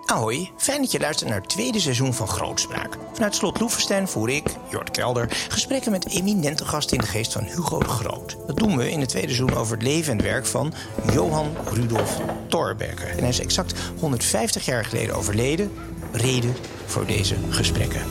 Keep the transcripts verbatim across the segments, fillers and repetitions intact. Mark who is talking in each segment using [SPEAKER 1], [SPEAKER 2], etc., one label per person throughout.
[SPEAKER 1] Ahoi, fijn dat je luistert naar het tweede seizoen van Grootspraak. Vanuit Slot Loevestein voer ik, Jort Kelder, gesprekken met eminente gasten in de geest van Hugo de Groot. Dat doen we in het tweede seizoen over het leven en werk van Johan Rudolph Thorbecke. En hij is exact honderdvijftig jaar geleden overleden. Reden voor deze gesprekken.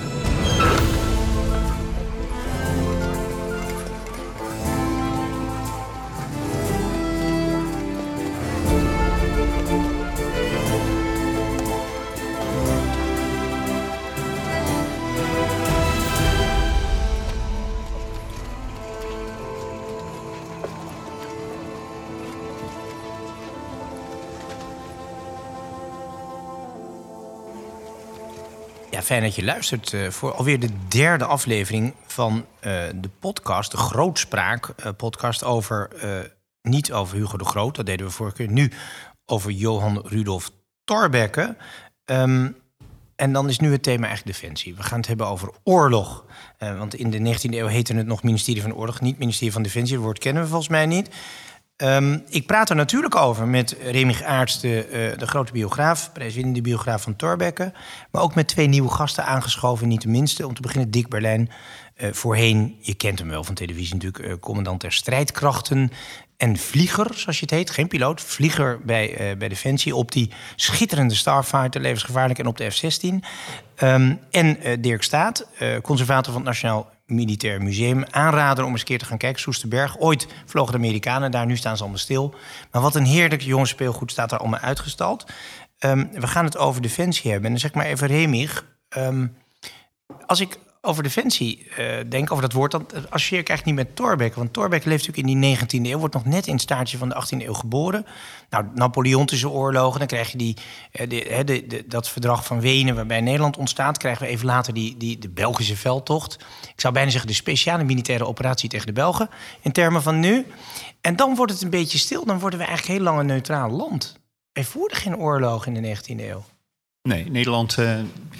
[SPEAKER 1] Ja, fijn dat je luistert uh, voor alweer de derde aflevering van uh, de podcast, de Grootspraak uh, podcast over, uh, niet over Hugo de Groot, dat deden we vorige keer, nu over Johan Rudolph Thorbecke. Um, en dan is nu het thema eigenlijk defensie. We gaan het hebben over oorlog. Uh, want in de negentiende eeuw heette het nog ministerie van Oorlog, niet ministerie van Defensie. Dat woord kennen we volgens mij niet. Um, ik praat er natuurlijk over met Remig Aerts, de, uh, de grote biograaf, prijswinnende biograaf van Thorbecke. Maar ook met twee nieuwe gasten aangeschoven, niet de minste. Om te beginnen Dick Berlijn, uh, voorheen, je kent hem wel van televisie natuurlijk, uh, commandant der strijdkrachten en vlieger, zoals je het heet. Geen piloot, vlieger bij, uh, bij Defensie op die schitterende Starfighter, levensgevaarlijk, en op de F zestien. Um, en uh, Dirk Staat, uh, conservator van het Nationaal Militair Museum. Aanrader om eens een keer te gaan kijken. Soesterberg. Ooit vlogen de Amerikanen daar, nu staan ze allemaal stil. Maar wat een heerlijk jongensspeelgoed staat daar allemaal uitgestald. Um, we gaan het over defensie hebben. En dan zeg maar even Remig. Um, als ik over defensie uh, denk, over dat woord, dan associeer ik eigenlijk niet met Thorbecke. Want Thorbecke leeft natuurlijk in die negentiende eeuw, wordt nog net in het staartje van de achttiende eeuw geboren. Nou, Napoleontische oorlogen, dan krijg je die, uh, de, de, de, dat verdrag van Wenen waarbij Nederland ontstaat. Krijgen we even later die, die, de Belgische veldtocht. Ik zou bijna zeggen de speciale militaire operatie tegen de Belgen, in termen van nu. En dan wordt het een beetje stil, dan worden we eigenlijk heel lang een neutraal land. Er voerden geen oorlog in de negentiende eeuw.
[SPEAKER 2] Nee, Nederland Uh...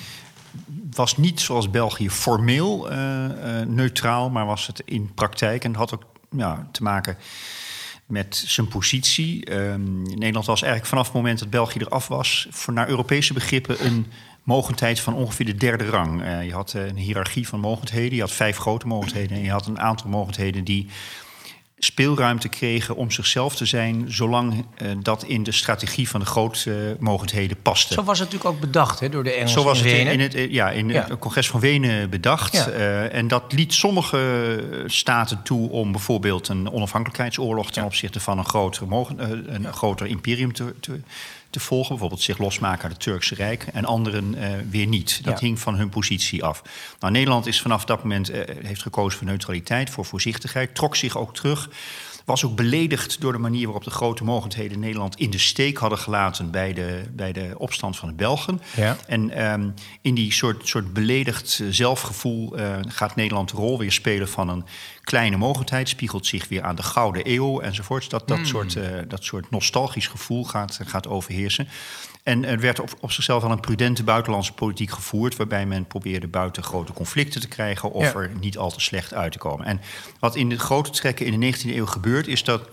[SPEAKER 2] was niet zoals België formeel uh, uh, neutraal, maar was het in praktijk. En dat had ook ja, te maken met zijn positie. Um, Nederland was eigenlijk vanaf het moment dat België eraf was, voor naar Europese begrippen een mogendheid van ongeveer de derde rang. Uh, je had uh, een hiërarchie van mogendheden. Je had vijf grote mogendheden en je had een aantal mogendheden die speelruimte kregen om zichzelf te zijn, zolang uh, dat in de strategie van de grote uh, mogendheden paste.
[SPEAKER 1] Zo was het natuurlijk ook bedacht, hè, door de Engelsen.
[SPEAKER 2] Zo was
[SPEAKER 1] in
[SPEAKER 2] het
[SPEAKER 1] Wenen.
[SPEAKER 2] in het, ja, in ja. het congres van Wenen bedacht.
[SPEAKER 1] Ja.
[SPEAKER 2] Uh, en dat liet sommige staten toe om bijvoorbeeld een onafhankelijkheidsoorlog ten ja. opzichte van een groter, mogen, uh, een ja. groter imperium te, te, te volgen. Bijvoorbeeld zich losmaken uit het Turkse Rijk. En anderen uh, weer niet. Dat ja. hing van hun positie af. Nou, Nederland is vanaf dat moment uh, heeft gekozen voor neutraliteit, voor voorzichtigheid. Trok zich ook terug. Was ook beledigd door de manier waarop de grote mogendheden Nederland in de steek hadden gelaten bij de, bij de opstand van de Belgen. Ja. En um, in die soort, soort beledigd zelfgevoel uh, gaat Nederland de rol weer spelen van een kleine mogendheid, spiegelt zich weer aan de Gouden Eeuw enzovoorts. Dat, dat, mm. soort, uh, dat soort nostalgisch gevoel gaat, gaat overheersen. En er werd op, op zichzelf al een prudente buitenlandse politiek gevoerd, waarbij men probeerde buiten grote conflicten te krijgen of ja. er niet al te slecht uit te komen. En wat in de grote trekken in de negentiende eeuw gebeurt, is dat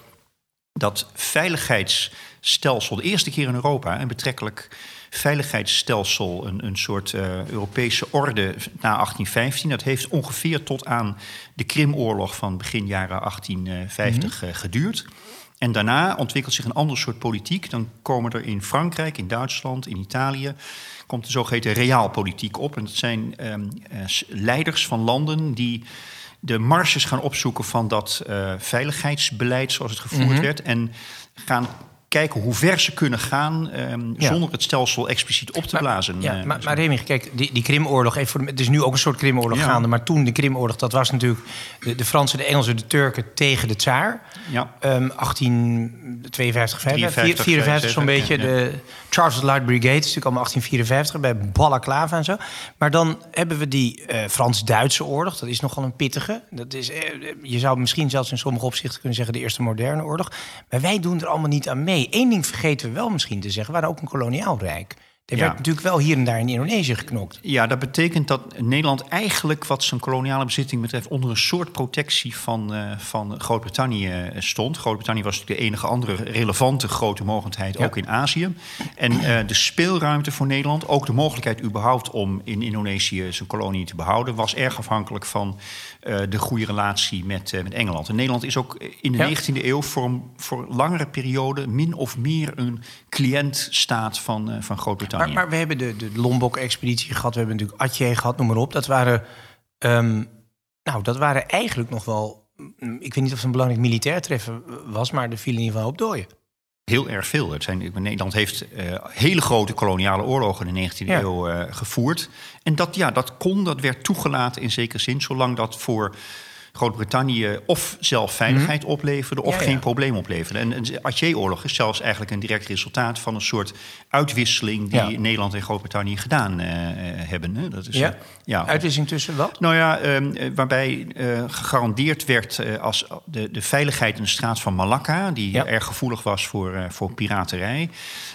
[SPEAKER 2] dat veiligheidsstelsel, de eerste keer in Europa, een betrekkelijk veiligheidsstelsel, een, een soort uh, Europese orde na achttien vijftien... dat heeft ongeveer tot aan de Krimoorlog van begin jaren achttien vijftig mm-hmm. uh, geduurd. En daarna ontwikkelt zich een ander soort politiek. Dan komen er in Frankrijk, in Duitsland, in Italië komt de zogeheten realpolitiek op. En dat zijn um, uh, leiders van landen die de marges gaan opzoeken van dat uh, veiligheidsbeleid zoals het gevoerd mm-hmm. werd. En gaan kijken hoe ver ze kunnen gaan um, ja. zonder het stelsel expliciet op te
[SPEAKER 1] maar,
[SPEAKER 2] blazen.
[SPEAKER 1] Ja,
[SPEAKER 2] uh,
[SPEAKER 1] maar, maar Remig, kijk, die, die Krimoorlog, even voor de, het is nu ook een soort Krimoorlog ja. gaande, maar toen de Krimoorlog, dat was natuurlijk de, de Fransen, de Engelsen, de Turken tegen de tsaar. Ja. Um, achttien tweeënvijftig, vijfenvijftig, vierenvijftig zo'n beetje. Ja, ja. De Charles Light Brigade is natuurlijk allemaal achttien vierenvijftig bij Balaclava en zo. Maar dan hebben we die uh, Frans-Duitse oorlog. Dat is nogal een pittige. Dat is, uh, je zou misschien zelfs in sommige opzichten kunnen zeggen de eerste moderne oorlog. Maar wij doen er allemaal niet aan mee. Eén ding vergeten we wel misschien te zeggen. We waren ook een koloniaal rijk. Er
[SPEAKER 2] Ja.
[SPEAKER 1] werd natuurlijk wel hier en daar in Indonesië geknokt.
[SPEAKER 2] Ja, dat betekent dat Nederland eigenlijk, wat zijn koloniale bezitting betreft, onder een soort protectie van, uh, van Groot-Brittannië stond. Groot-Brittannië was natuurlijk de enige andere relevante grote mogendheid, ja. ook in Azië. En uh, de speelruimte voor Nederland, ook de mogelijkheid überhaupt om in Indonesië zijn kolonie te behouden, was erg afhankelijk van uh, de goede relatie met, uh, met Engeland. En Nederland is ook in de ja. negentiende eeuw voor een voor langere periode min of meer een cliëntstaat van, uh, van Groot-Brittannië.
[SPEAKER 1] Maar, maar we hebben de, de Lombok-expeditie gehad, we hebben natuurlijk Aceh gehad, noem maar op. Dat waren, um, nou, dat waren eigenlijk nog wel, ik weet niet of het een belangrijk militair treffen was, maar er vielen in ieder geval op dooien.
[SPEAKER 2] Heel erg veel. Het zijn, Nederland heeft uh, hele grote koloniale oorlogen in de negentiende ja. eeuw uh, gevoerd. En dat, ja, dat kon, dat werd toegelaten in zekere zin, zolang dat voor Groot-Brittannië of zelf veiligheid mm-hmm. opleverde of ja, ja. geen probleem opleverde. En de Aceh-oorlog is zelfs eigenlijk een direct resultaat van een soort uitwisseling die ja. Nederland en Groot-Brittannië gedaan uh, hebben. Hè. Dat is,
[SPEAKER 1] ja?
[SPEAKER 2] Uh, ja.
[SPEAKER 1] Uitwisseling tussen wat?
[SPEAKER 2] Nou ja, uh, waarbij uh, gegarandeerd werd uh, als de, de veiligheid in de straat van Malakka, die ja. erg gevoelig was voor, uh, voor piraterij.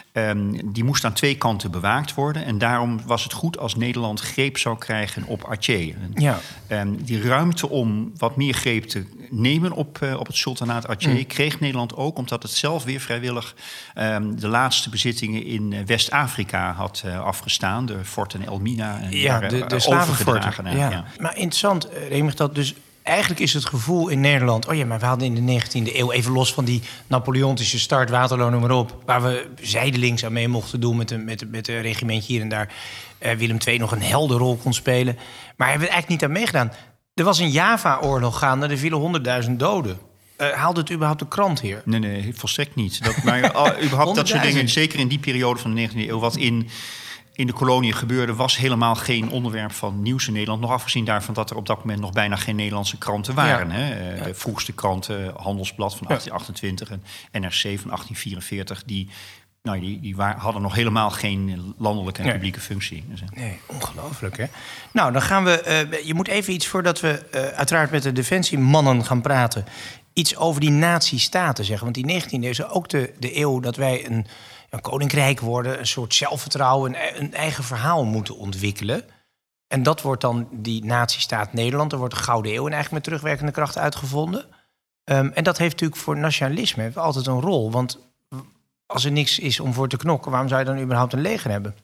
[SPEAKER 2] Um, die moest aan twee kanten bewaakt worden. En daarom was het goed als Nederland greep zou krijgen op Aceh.
[SPEAKER 1] Ja.
[SPEAKER 2] Um, die ruimte om wat meer greep te nemen op, uh, op het sultanaat Aceh mm. kreeg Nederland ook, omdat het zelf weer vrijwillig um, de laatste bezittingen in uh, West-Afrika had uh, afgestaan. De forten Elmina en
[SPEAKER 1] ja, de, de, de slavenforten. Ja. Ja. Maar interessant, Remig, dat dus eigenlijk is het gevoel in Nederland, oh ja, maar we hadden in de negentiende eeuw, even los van die Napoleontische start, Waterloo, noem maar op, waar we zijdelings aan mee mochten doen met een, met een, met een regimentje hier en daar, uh, Willem de Tweede nog een heldenrol kon spelen. Maar hebben we eigenlijk niet aan meegedaan. Er was een Java-oorlog gaande, er vielen honderdduizend doden. Uh, haalde het überhaupt de krant hier?
[SPEAKER 2] Nee, nee, volstrekt niet. Dat, maar uh, überhaupt dat soort dingen, zeker in die periode van de negentiende eeuw, wat in in de koloniën gebeurde, was helemaal geen onderwerp van nieuws in Nederland. Nog afgezien daarvan dat er op dat moment nog bijna geen Nederlandse kranten waren. Ja. Hè. De vroegste kranten, Handelsblad van achttien achtentwintig en N R C van achttien vierenveertig... die, nou, die, die waren, hadden nog helemaal geen landelijke en nee. publieke functie.
[SPEAKER 1] Nee, ongelooflijk, hè? Nou, dan gaan we... Uh, je moet even iets, voordat we uh, uiteraard met de defensiemannen gaan praten, iets over die nazi-staten zeggen. Want die negentiende eeuw is ook de, de eeuw dat wij een een koninkrijk worden, een soort zelfvertrouwen, een, een eigen verhaal moeten ontwikkelen. En dat wordt dan die nazistaat Nederland. Er wordt de Gouden Eeuw en eigenlijk met terugwerkende kracht uitgevonden. Um, en dat heeft natuurlijk voor nationalisme altijd een rol. Want als er niks is om voor te knokken, waarom zou je dan überhaupt een leger hebben?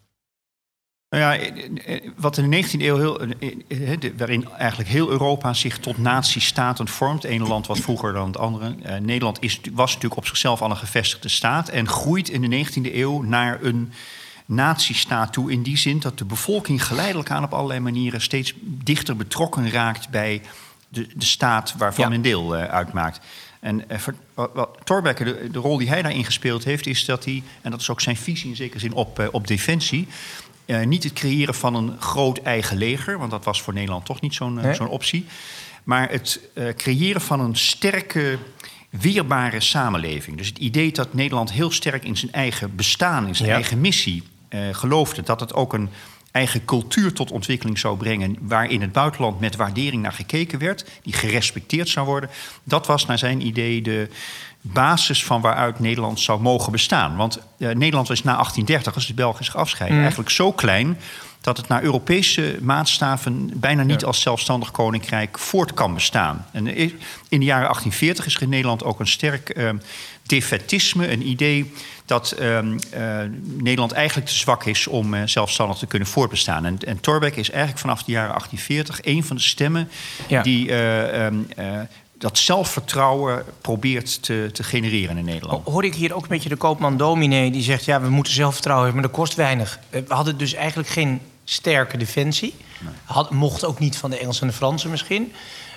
[SPEAKER 2] Nou ja, wat in de negentiende eeuw, heel, waarin eigenlijk heel Europa zich tot nazistaten vormt. Het ene land wat vroeger dan het andere. Uh, Nederland is, was natuurlijk op zichzelf al een gevestigde staat en groeit in de negentiende eeuw naar een nazistaat toe. In die zin dat de bevolking geleidelijk aan op allerlei manieren steeds dichter betrokken raakt bij de, de staat waarvan ja. men deel uh, uitmaakt. En uh, wat, wat Thorbecke, de, de rol die hij daarin gespeeld heeft, is dat hij, en dat is ook zijn visie in zekere zin op, uh, op defensie, Uh, niet het creëren van een groot eigen leger, want dat was voor Nederland toch niet zo'n, uh, nee. zo'n optie. Maar het uh, creëren van een sterke, weerbare samenleving. Dus het idee dat Nederland heel sterk in zijn eigen bestaan, in zijn ja. eigen missie uh, geloofde. Dat het ook een eigen cultuur tot ontwikkeling zou brengen, waar in het buitenland met waardering naar gekeken werd, die gerespecteerd zou worden. Dat was naar zijn idee de basis van waaruit Nederland zou mogen bestaan. Want uh, Nederland was na achttien dertig, als het Belgisch afscheiden, mm. eigenlijk zo klein dat het naar Europese maatstaven bijna niet ja. als zelfstandig koninkrijk voort kan bestaan. En in de jaren achttien veertig is er in Nederland ook een sterk uh, defaitisme, een idee dat uh, uh, Nederland eigenlijk te zwak is om uh, zelfstandig te kunnen voortbestaan. En, en Thorbecke is eigenlijk vanaf de jaren achttien veertig een van de stemmen ja. die Uh, um, uh, dat zelfvertrouwen probeert te, te genereren in Nederland.
[SPEAKER 1] Hoor ik hier ook een beetje de koopman dominee die zegt, ja, we moeten zelfvertrouwen hebben, maar dat kost weinig. We hadden dus eigenlijk geen sterke defensie. Nee. Had, mocht ook niet van de Engelsen en de Fransen misschien.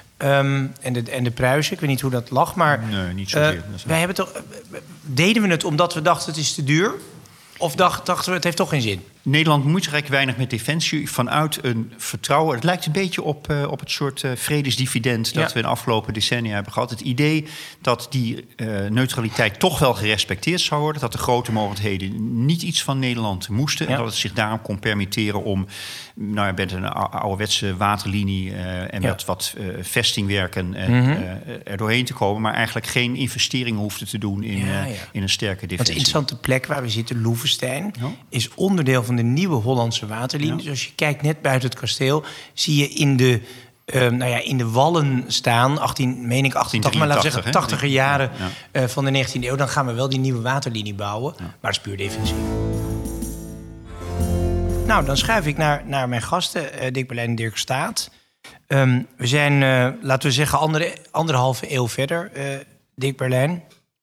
[SPEAKER 1] Um, en, de, en de Pruisen, ik weet niet hoe dat lag, maar
[SPEAKER 2] nee, niet zozeer.
[SPEAKER 1] Uh, wij hebben toch, deden we het omdat we dachten het is te duur? Of dacht, dachten we het heeft toch geen zin?
[SPEAKER 2] Nederland bemoeit zich eigenlijk weinig met defensie vanuit een vertrouwen. Het lijkt een beetje op, uh, op het soort uh, vredesdividend dat ja. we in de afgelopen decennia hebben gehad. Het idee dat die uh, neutraliteit toch wel gerespecteerd zou worden. Dat de grote mogendheden niet iets van Nederland moesten. Ja. En dat het zich daarom kon permitteren om nou, met een ouderwetse waterlinie uh, en ja. met wat uh, vestingwerken uh, mm-hmm. uh, er doorheen te komen. Maar eigenlijk geen investeringen hoefde te doen in, ja, ja. Uh, in een sterke defensie.
[SPEAKER 1] Want een interessante plek waar we zitten, Loevestein, ja. is onderdeel van van de nieuwe Hollandse waterlinie. Ja. Dus als je kijkt net buiten het kasteel, zie je in de, uh, nou ja, in de wallen staan, achttien, meen ik achtentachtig, maar laten we zeggen tachtiger jaren ja, ja. Uh, van de negentiende eeuw. Dan gaan we wel die nieuwe waterlinie bouwen. Ja. Maar dat is puur defensief. Nou, dan schuif ik naar, naar mijn gasten, uh, Dick Berlijn en Dirk Staat. Um, we zijn, uh, laten we zeggen, andere, anderhalve eeuw verder, uh, Dick Berlijn.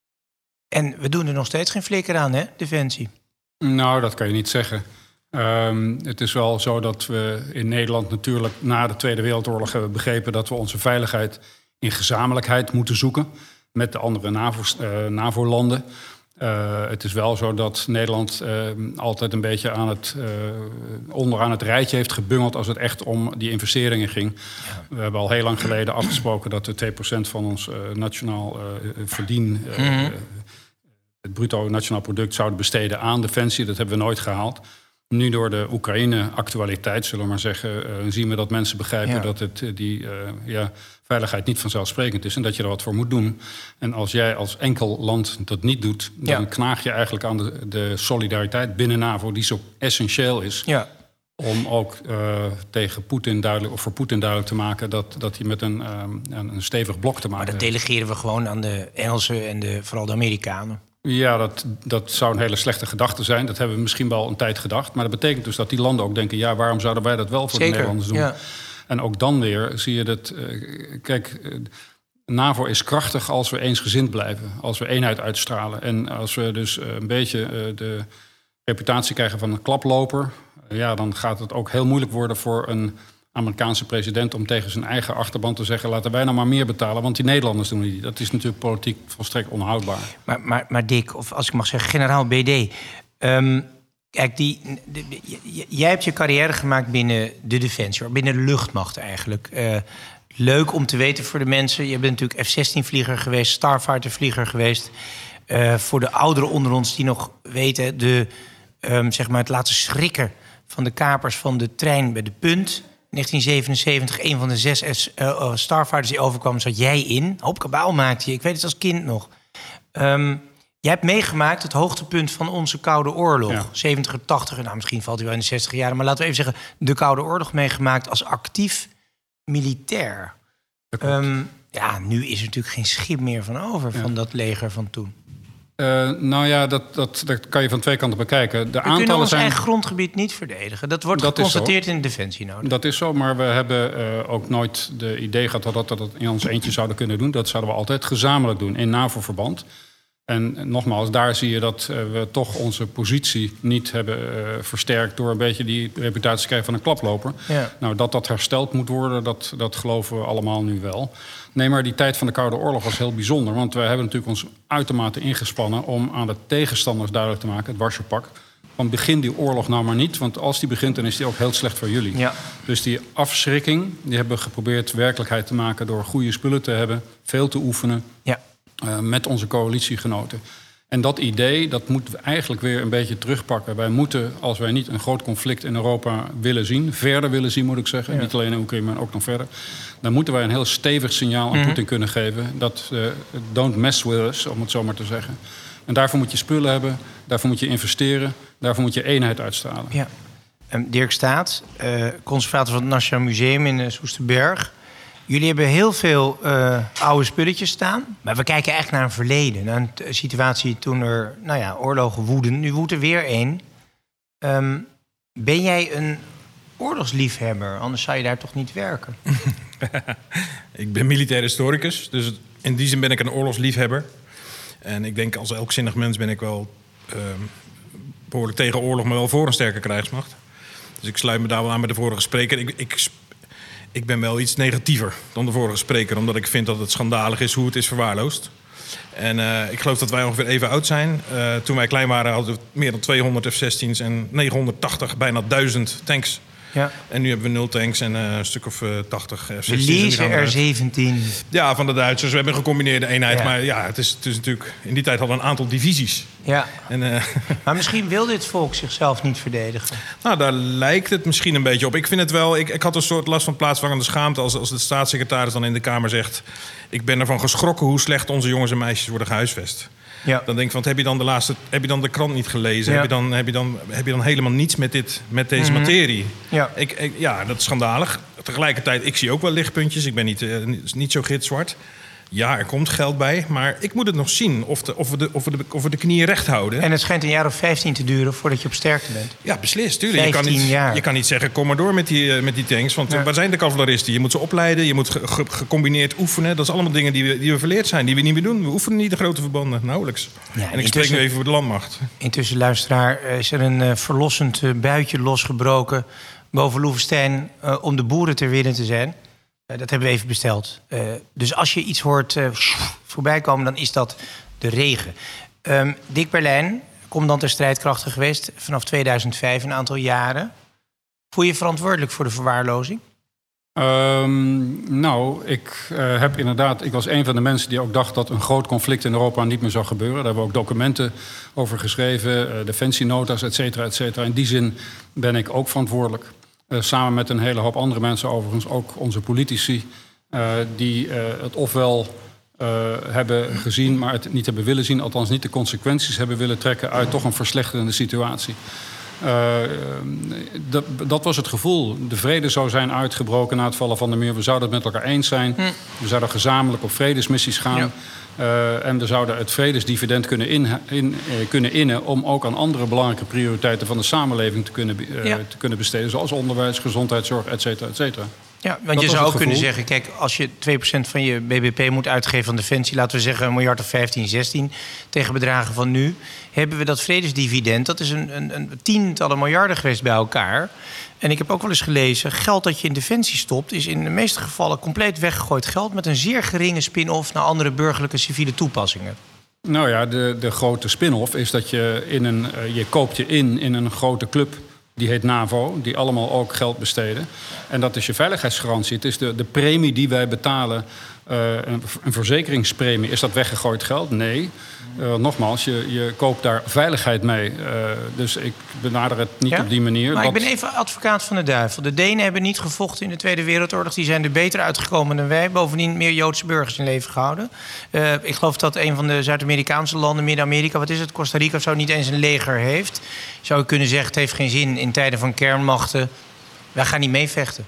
[SPEAKER 1] En we doen er nog steeds geen flikker aan, hè, Defensie?
[SPEAKER 3] Nou, dat kan je niet zeggen. Um, het is wel zo dat we in Nederland natuurlijk na de Tweede Wereldoorlog hebben begrepen dat we onze veiligheid in gezamenlijkheid moeten zoeken met de andere NAVO, uh, NAVO-landen. Uh, het is wel zo dat Nederland uh, altijd een beetje aan het, uh, onderaan het rijtje heeft gebungeld als het echt om die investeringen ging. Ja. We hebben al heel lang geleden afgesproken dat we twee procent van ons uh, nationaal uh, verdien, uh, mm-hmm. uh, het bruto nationaal product, zouden besteden aan defensie. Dat hebben we nooit gehaald. Nu door de Oekraïne-actualiteit, zullen we maar zeggen, uh, zien we dat mensen begrijpen ja. dat het, die uh, ja, veiligheid niet vanzelfsprekend is en dat je er wat voor moet doen. En als jij als enkel land dat niet doet, dan ja. knaag je eigenlijk aan de, de solidariteit binnen NAVO, die zo essentieel is. Ja. Om ook uh, tegen Poetin duidelijk, of voor Poetin duidelijk te maken dat, dat hij met een, um, een stevig blok te maken heeft.
[SPEAKER 1] Maar dat delegeren we gewoon aan de Engelsen en de, vooral de Amerikanen.
[SPEAKER 3] Ja, dat, dat zou een hele slechte gedachte zijn. Dat hebben we misschien wel een tijd gedacht. Maar dat betekent dus dat die landen ook denken, ja, waarom zouden wij dat wel voor Zeker, de Nederlanders doen? Ja. En ook dan weer zie je dat, uh, kijk, uh, NAVO is krachtig als we eensgezind blijven. Als we eenheid uitstralen. En als we dus uh, een beetje uh, de reputatie krijgen van een klaploper, uh, ja, dan gaat het ook heel moeilijk worden voor een Amerikaanse president om tegen zijn eigen achterban te zeggen, laten wij nou maar meer betalen, want die Nederlanders doen niet. Dat is natuurlijk politiek volstrekt onhoudbaar.
[SPEAKER 1] Maar, maar, maar Dick, of als ik mag zeggen, generaal B D. Um, kijk, die, de, de, j, jij hebt je carrière gemaakt binnen de Defensie, binnen de luchtmacht eigenlijk. Uh, leuk om te weten voor de mensen. Je bent natuurlijk F zestien-vlieger geweest, Starfighter-vlieger geweest. Uh, voor de ouderen onder ons die nog weten, de, um, zeg maar het laten schrikken van de kapers van de trein bij de Punt. negentien zevenenzeventig, een van de zes uh, Starfighters die overkwam, zat jij in. Hoop kabaal maakte je, ik weet het als kind nog. Um, jij hebt meegemaakt het hoogtepunt van onze Koude Oorlog. Ja. zeventig, tachtig, nou misschien valt hij wel in de zestig jaren, maar laten we even zeggen, de Koude Oorlog meegemaakt als actief militair. Um, ja, nu is er natuurlijk geen schip meer van over, ja. van dat leger van toen.
[SPEAKER 3] Uh, nou ja, dat, dat, dat kan je van twee kanten bekijken. De
[SPEAKER 1] we
[SPEAKER 3] aantallen
[SPEAKER 1] kunnen ons
[SPEAKER 3] zijn...
[SPEAKER 1] eigen grondgebied niet verdedigen. Dat wordt dat geconstateerd in de Defensie nodig.
[SPEAKER 3] Dat is zo, maar we hebben uh, ook nooit de idee gehad dat we dat in ons eentje zouden kunnen doen. Dat zouden we altijd gezamenlijk doen, in NAVO-verband. En nogmaals, daar zie je dat uh, we toch onze positie niet hebben uh, versterkt door een beetje die reputatie te krijgen van een klaploper. Ja. Nou, dat dat hersteld moet worden, dat, dat geloven we allemaal nu wel. Nee, maar die tijd van de Koude Oorlog was heel bijzonder. Want wij hebben natuurlijk ons uitermate ingespannen om aan de tegenstanders duidelijk te maken, het Warschau-pact, van begin die oorlog nou maar niet. Want als die begint, dan is die ook heel slecht voor jullie. Ja. Dus die afschrikking, die hebben we geprobeerd werkelijkheid te maken door goede spullen te hebben, veel te oefenen. Ja. Uh, met onze coalitiegenoten. En dat idee, dat moeten we eigenlijk weer een beetje terugpakken. Wij moeten, als wij niet een groot conflict in Europa willen zien, verder willen zien moet ik zeggen, ja. niet alleen in Oekraïne, maar ook nog verder, dan moeten wij een heel stevig signaal aan mm-hmm. Poetin kunnen geven. Dat uh, don't mess with us, om het zo maar te zeggen. En daarvoor moet je spullen hebben, daarvoor moet je investeren, daarvoor moet je eenheid uitstralen. Ja.
[SPEAKER 1] Um, Dirk Staat, uh, conservator van het Nationaal Museum in uh, Soesterberg. Jullie hebben heel veel uh, oude spulletjes staan. Maar we kijken echt naar een verleden. Naar een situatie toen er nou ja, oorlogen woeden. Nu woedt er weer één. Um, ben jij een oorlogsliefhebber? Anders zou je daar toch niet werken?
[SPEAKER 4] Ik ben militair historicus. Dus in die zin ben ik een oorlogsliefhebber. En ik denk als elk zinnig mens ben ik wel uh, behoorlijk tegen oorlog, maar wel voor een sterke krijgsmacht. Dus ik sluit me daar wel aan met de vorige spreker. Ik... ik Ik ben wel iets negatiever dan de vorige spreker, omdat ik vind dat het schandalig is hoe het is verwaarloosd. En uh, ik geloof dat wij ongeveer even oud zijn. Uh, toen wij klein waren hadden we meer dan tweehonderd F zestien's en negenhonderdtachtig, bijna duizend tanks. Ja. En nu hebben we nul tanks en uh, een stuk of uh, tachtig F zestien's.
[SPEAKER 1] We lezen R zeventien.
[SPEAKER 4] Ja, van de Duitsers. We hebben een gecombineerde eenheid. Ja. Maar ja, het is, het is natuurlijk... In die tijd hadden we een aantal divisies.
[SPEAKER 1] Ja. En, uh, maar misschien wil dit volk zichzelf niet verdedigen.
[SPEAKER 4] Nou, daar lijkt het misschien een beetje op. Ik vind het wel... Ik, ik had een soort last van plaatsvangende schaamte als, als de staatssecretaris dan in de Kamer zegt... Ik ben ervan geschrokken hoe slecht onze jongens en meisjes worden gehuisvest. Ja. Dan denk ik van, heb je dan de laatste, heb je dan de krant niet gelezen? Ja. Heb je dan, heb je dan, heb je dan helemaal niets met dit, met deze mm-hmm. materie? Ja. Ik, ik, ja, dat is schandalig. Tegelijkertijd, ik zie ook wel lichtpuntjes. Ik ben niet, uh, niet zo gitzwart. Ja, er komt geld bij, maar ik moet het nog zien of, de, of, we de, of, we de, of we de knieën recht houden.
[SPEAKER 1] En het schijnt een jaar of vijftien te duren voordat je op sterkte bent.
[SPEAKER 4] Ja, beslist, tuurlijk. Je kan, niet,
[SPEAKER 1] jaar.
[SPEAKER 4] je kan niet zeggen, kom maar door met die, uh, met die tanks. Want ja. waar zijn de cavaleristen? Je moet ze opleiden, je moet ge, ge, gecombineerd oefenen. Dat is allemaal dingen die we, die we verleerd zijn, die we niet meer doen. We oefenen niet de grote verbanden, nauwelijks. Ja, en ik spreek nu even voor de landmacht.
[SPEAKER 1] Intussen, luisteraar, is er een uh, verlossend uh, buitje losgebroken boven Loevestein uh, om de boeren ter wille te zijn. Uh, dat hebben we even besteld. Uh, dus als je iets hoort uh, voorbij komen, dan is dat de regen. Um, Dick Berlijn, commandant der strijdkrachten geweest vanaf tweeduizend vijf, een aantal jaren. Voel je je verantwoordelijk voor de verwaarlozing?
[SPEAKER 3] Um, nou, ik uh, heb inderdaad... Ik was een van de mensen die ook dacht dat een groot conflict in Europa niet meer zou gebeuren. Daar hebben we ook documenten over geschreven, uh, defensienota's, et cetera, et cetera. In die zin ben ik ook verantwoordelijk. Uh, samen met een hele hoop andere mensen overigens, ook onze politici... Uh, die uh, het ofwel uh, hebben gezien, maar het niet hebben willen zien... althans niet de consequenties hebben willen trekken uit toch een verslechterende situatie. Uh, dat, dat was het gevoel. De vrede zou zijn uitgebroken na het vallen van de muur. We zouden het met elkaar eens zijn. Hm. We zouden gezamenlijk op vredesmissies gaan. Ja. Uh, en we zouden het vredesdividend kunnen, in, in, uh, kunnen innen... om ook aan andere belangrijke prioriteiten van de samenleving te kunnen, uh, ja. te kunnen besteden. Zoals onderwijs, gezondheidszorg, et cetera, et cetera.
[SPEAKER 1] Ja, want dat je zou ook kunnen zeggen, kijk, als je twee procent van je B B P moet uitgeven aan defensie... laten we zeggen een miljard of vijftien, zestien tegen bedragen van nu... hebben we dat vredesdividend, dat is een, een, een tientallen miljarden geweest bij elkaar. En ik heb ook wel eens gelezen, geld dat je in defensie stopt... is in de meeste gevallen compleet weggegooid geld... met een zeer geringe spin-off naar andere burgerlijke civiele toepassingen.
[SPEAKER 3] Nou ja, de, de grote spin-off is dat je in een, uh, je koopt je in in een grote club... Die heet NAVO, die allemaal ook geld besteden. En dat is je veiligheidsgarantie. Het is de, de premie die wij betalen, uh, een, een verzekeringspremie. Is dat weggegooid geld? Nee. Uh, nogmaals, je, je koopt daar veiligheid mee. Uh, dus ik benader het niet ja? op die manier.
[SPEAKER 1] Maar
[SPEAKER 3] dat...
[SPEAKER 1] ik ben even advocaat van de duivel. De Denen hebben niet gevochten in de Tweede Wereldoorlog. Die zijn er beter uitgekomen dan wij. Bovendien meer Joodse burgers in leven gehouden. Uh, ik geloof dat een van de Zuid-Amerikaanse landen, Midden-Amerika... wat is het, Costa Rica of zo, niet eens een leger heeft. Zou je kunnen zeggen, het heeft geen zin in tijden van kernmachten. Wij gaan niet meevechten.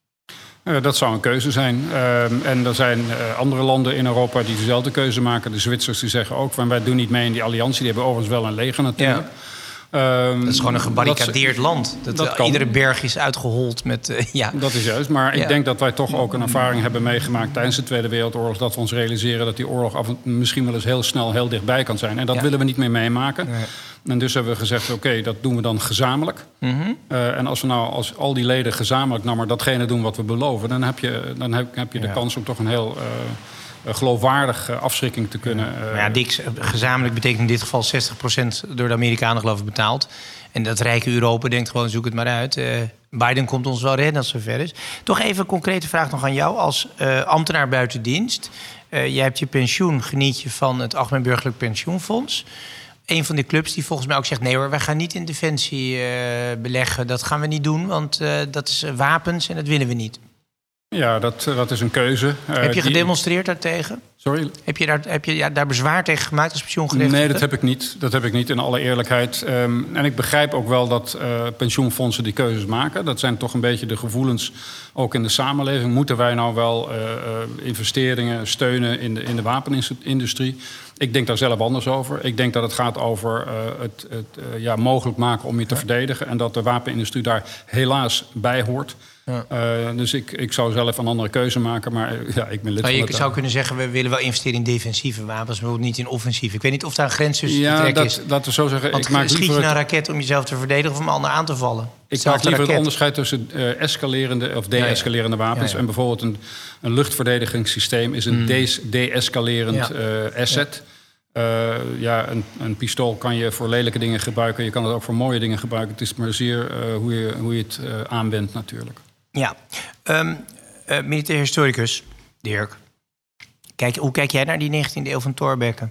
[SPEAKER 3] Uh, dat zou een keuze zijn. Uh, en er zijn uh, andere landen in Europa die dezelfde keuze maken. De Zwitsers die zeggen ook, van, wij doen niet mee in die alliantie. Die hebben overigens wel een leger natuurlijk.
[SPEAKER 1] Ja. Um, dat is gewoon een gebarricadeerd dat, land. Dat, dat uh, iedere berg is uitgehold met... Uh, ja.
[SPEAKER 3] Dat is juist. Maar ja. ik denk dat wij toch ook een ervaring hebben meegemaakt... tijdens de Tweede Wereldoorlog... dat we ons realiseren dat die oorlog af en misschien wel eens heel snel heel dichtbij kan zijn. En dat ja. willen we niet meer meemaken. Nee. En dus hebben we gezegd, oké, okay, dat doen we dan gezamenlijk. Mm-hmm. Uh, en als we nou als al die leden gezamenlijk nou maar datgene doen wat we beloven... dan heb je, dan heb, heb je de ja. kans om toch een heel... Uh, geloofwaardig uh, afschrikking te kunnen... Uh...
[SPEAKER 1] Maar ja, Dick, gezamenlijk betekent in dit geval zestig procent door de Amerikanen geloof ik betaald. En dat rijke Europa denkt gewoon, zoek het maar uit. Uh, Biden komt ons wel redden als het zover is. Toch even een concrete vraag nog aan jou als uh, ambtenaar buiten dienst. Uh, jij hebt je pensioen, geniet je van het Algemeen Burgerlijk Pensioenfonds. Een van de clubs die volgens mij ook zegt... nee hoor, wij gaan niet in defensie uh, beleggen. Dat gaan we niet doen, want uh, dat is uh, wapens en dat willen we niet.
[SPEAKER 3] Ja, dat, dat is een keuze. Uh,
[SPEAKER 1] heb je gedemonstreerd die... daartegen?
[SPEAKER 3] Sorry?
[SPEAKER 1] Heb je daar, heb je, ja, daar bezwaar tegen gemaakt als pensioengerechtigde?
[SPEAKER 3] Nee, dat heb ik niet. Dat heb ik niet, in alle eerlijkheid. Um, en ik begrijp ook wel dat uh, pensioenfondsen die keuzes maken. Dat zijn toch een beetje de gevoelens ook in de samenleving. Moeten wij nou wel uh, uh, investeringen steunen in de, in de wapenindustrie? Ik denk daar zelf anders over. Ik denk dat het gaat over uh, het, het uh, ja, mogelijk maken om je te ja. verdedigen. En dat de wapenindustrie daar helaas bij hoort. Ja. Uh, dus ik, ik zou zelf een andere keuze maken, maar uh, ja, ik ben lid
[SPEAKER 1] maar
[SPEAKER 3] van
[SPEAKER 1] je
[SPEAKER 3] het...
[SPEAKER 1] zou kunnen zeggen, we willen wel investeren in defensieve wapens... maar bijvoorbeeld niet in offensieve. Ik weet niet of daar een grens tussen
[SPEAKER 3] ja,
[SPEAKER 1] te trekken
[SPEAKER 3] dat,
[SPEAKER 1] is.
[SPEAKER 3] Dat we zo zeggen,
[SPEAKER 1] Want
[SPEAKER 3] ik maak
[SPEAKER 1] schiet je
[SPEAKER 3] liever
[SPEAKER 1] een raket om jezelf te verdedigen... of om een ander aan te vallen?
[SPEAKER 3] Ik maak liever het onderscheid tussen uh, escalerende of de-escalerende wapens. Ja, ja. En bijvoorbeeld een, een luchtverdedigingssysteem is een mm. de- de-escalerend ja. uh, asset... Ja. Uh, ja, een, een pistool kan je voor lelijke dingen gebruiken. Je kan het ook voor mooie dingen gebruiken. Het is maar zeer uh, hoe, je, hoe je het uh, aanwendt natuurlijk.
[SPEAKER 1] Ja, um, uh, militair historicus Dirk. Kijk, hoe kijk jij naar die negentiende eeuw van Thorbecke?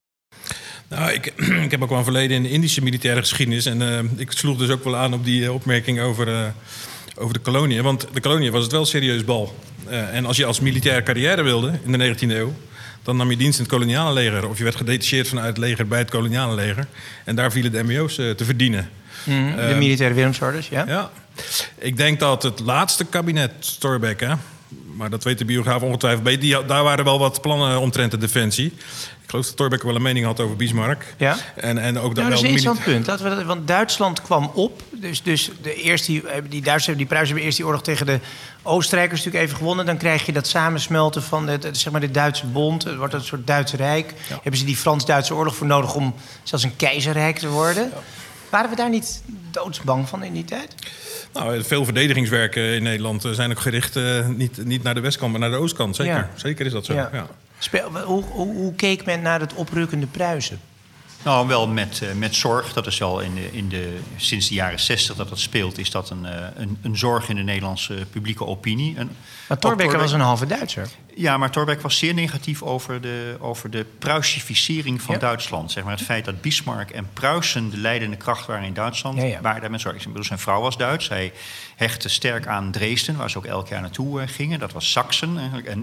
[SPEAKER 4] Nou, ik, ik heb ook wel een verleden in de Indische militaire geschiedenis. En uh, ik sloeg dus ook wel aan op die opmerking over, uh, over de koloniën. Want de koloniën was het wel serieus bal. Uh, en als je als militaire carrière wilde in de negentiende eeuw... dan nam je dienst in het koloniale leger. Of je werd gedetacheerd vanuit het leger bij het koloniale leger. En daar vielen de M B O's uh, te verdienen.
[SPEAKER 1] Mm, de
[SPEAKER 4] uh,
[SPEAKER 1] militaire Willemsorders, ja?
[SPEAKER 4] Ja. Ik denk dat het laatste kabinet Thorbecke, hè, maar dat weet de biograaf ongetwijfeld beter, die, daar waren wel wat plannen omtrent de defensie. Ik geloof dat Thorbecke wel een mening had over Bismarck.
[SPEAKER 1] Ja?
[SPEAKER 4] En, en ook dat,
[SPEAKER 1] nou, dat is
[SPEAKER 4] wel
[SPEAKER 1] een
[SPEAKER 4] milita-
[SPEAKER 1] interessant punt. Laten we dat, want Duitsland kwam op. Dus, dus de eerste, die, die Duitsers, die Pruisen hebben eerst die oorlog tegen de Oostenrijkers natuurlijk even gewonnen. Dan krijg je dat samensmelten van de, de, zeg maar de Duitse bond. Het wordt een soort Duits Rijk. Ja. Hebben ze die Frans-Duitse oorlog voor nodig om zelfs een keizerrijk te worden? Ja. Waren we daar niet doodsbang van in die tijd?
[SPEAKER 4] Nou, veel verdedigingswerken in Nederland zijn ook gericht uh, niet, niet naar de westkant, maar naar de oostkant. Zeker, ja. Zeker is dat zo. Ja. Ja.
[SPEAKER 1] Speel, hoe, hoe, hoe keek men naar het oprukkende Pruisen?
[SPEAKER 2] Nou, wel met, uh, met zorg. Dat is wel in de, in de, sinds de jaren zestig dat dat speelt, is dat een, uh, een, een zorg in de Nederlandse publieke opinie. Een,
[SPEAKER 1] maar Thorbecke was een halve Duitser.
[SPEAKER 2] Ja, maar Thorbecke was zeer negatief over de, over de Pruisificering van ja. Duitsland. Zeg maar het feit dat Bismarck en Pruisen de leidende kracht waren in Duitsland, ja, ja. waren daar met zorg. Ik bedoel, zijn vrouw was Duits. Hij hechtte sterk aan Dresden, waar ze ook elk jaar naartoe uh, gingen. Dat was Saksen eigenlijk. En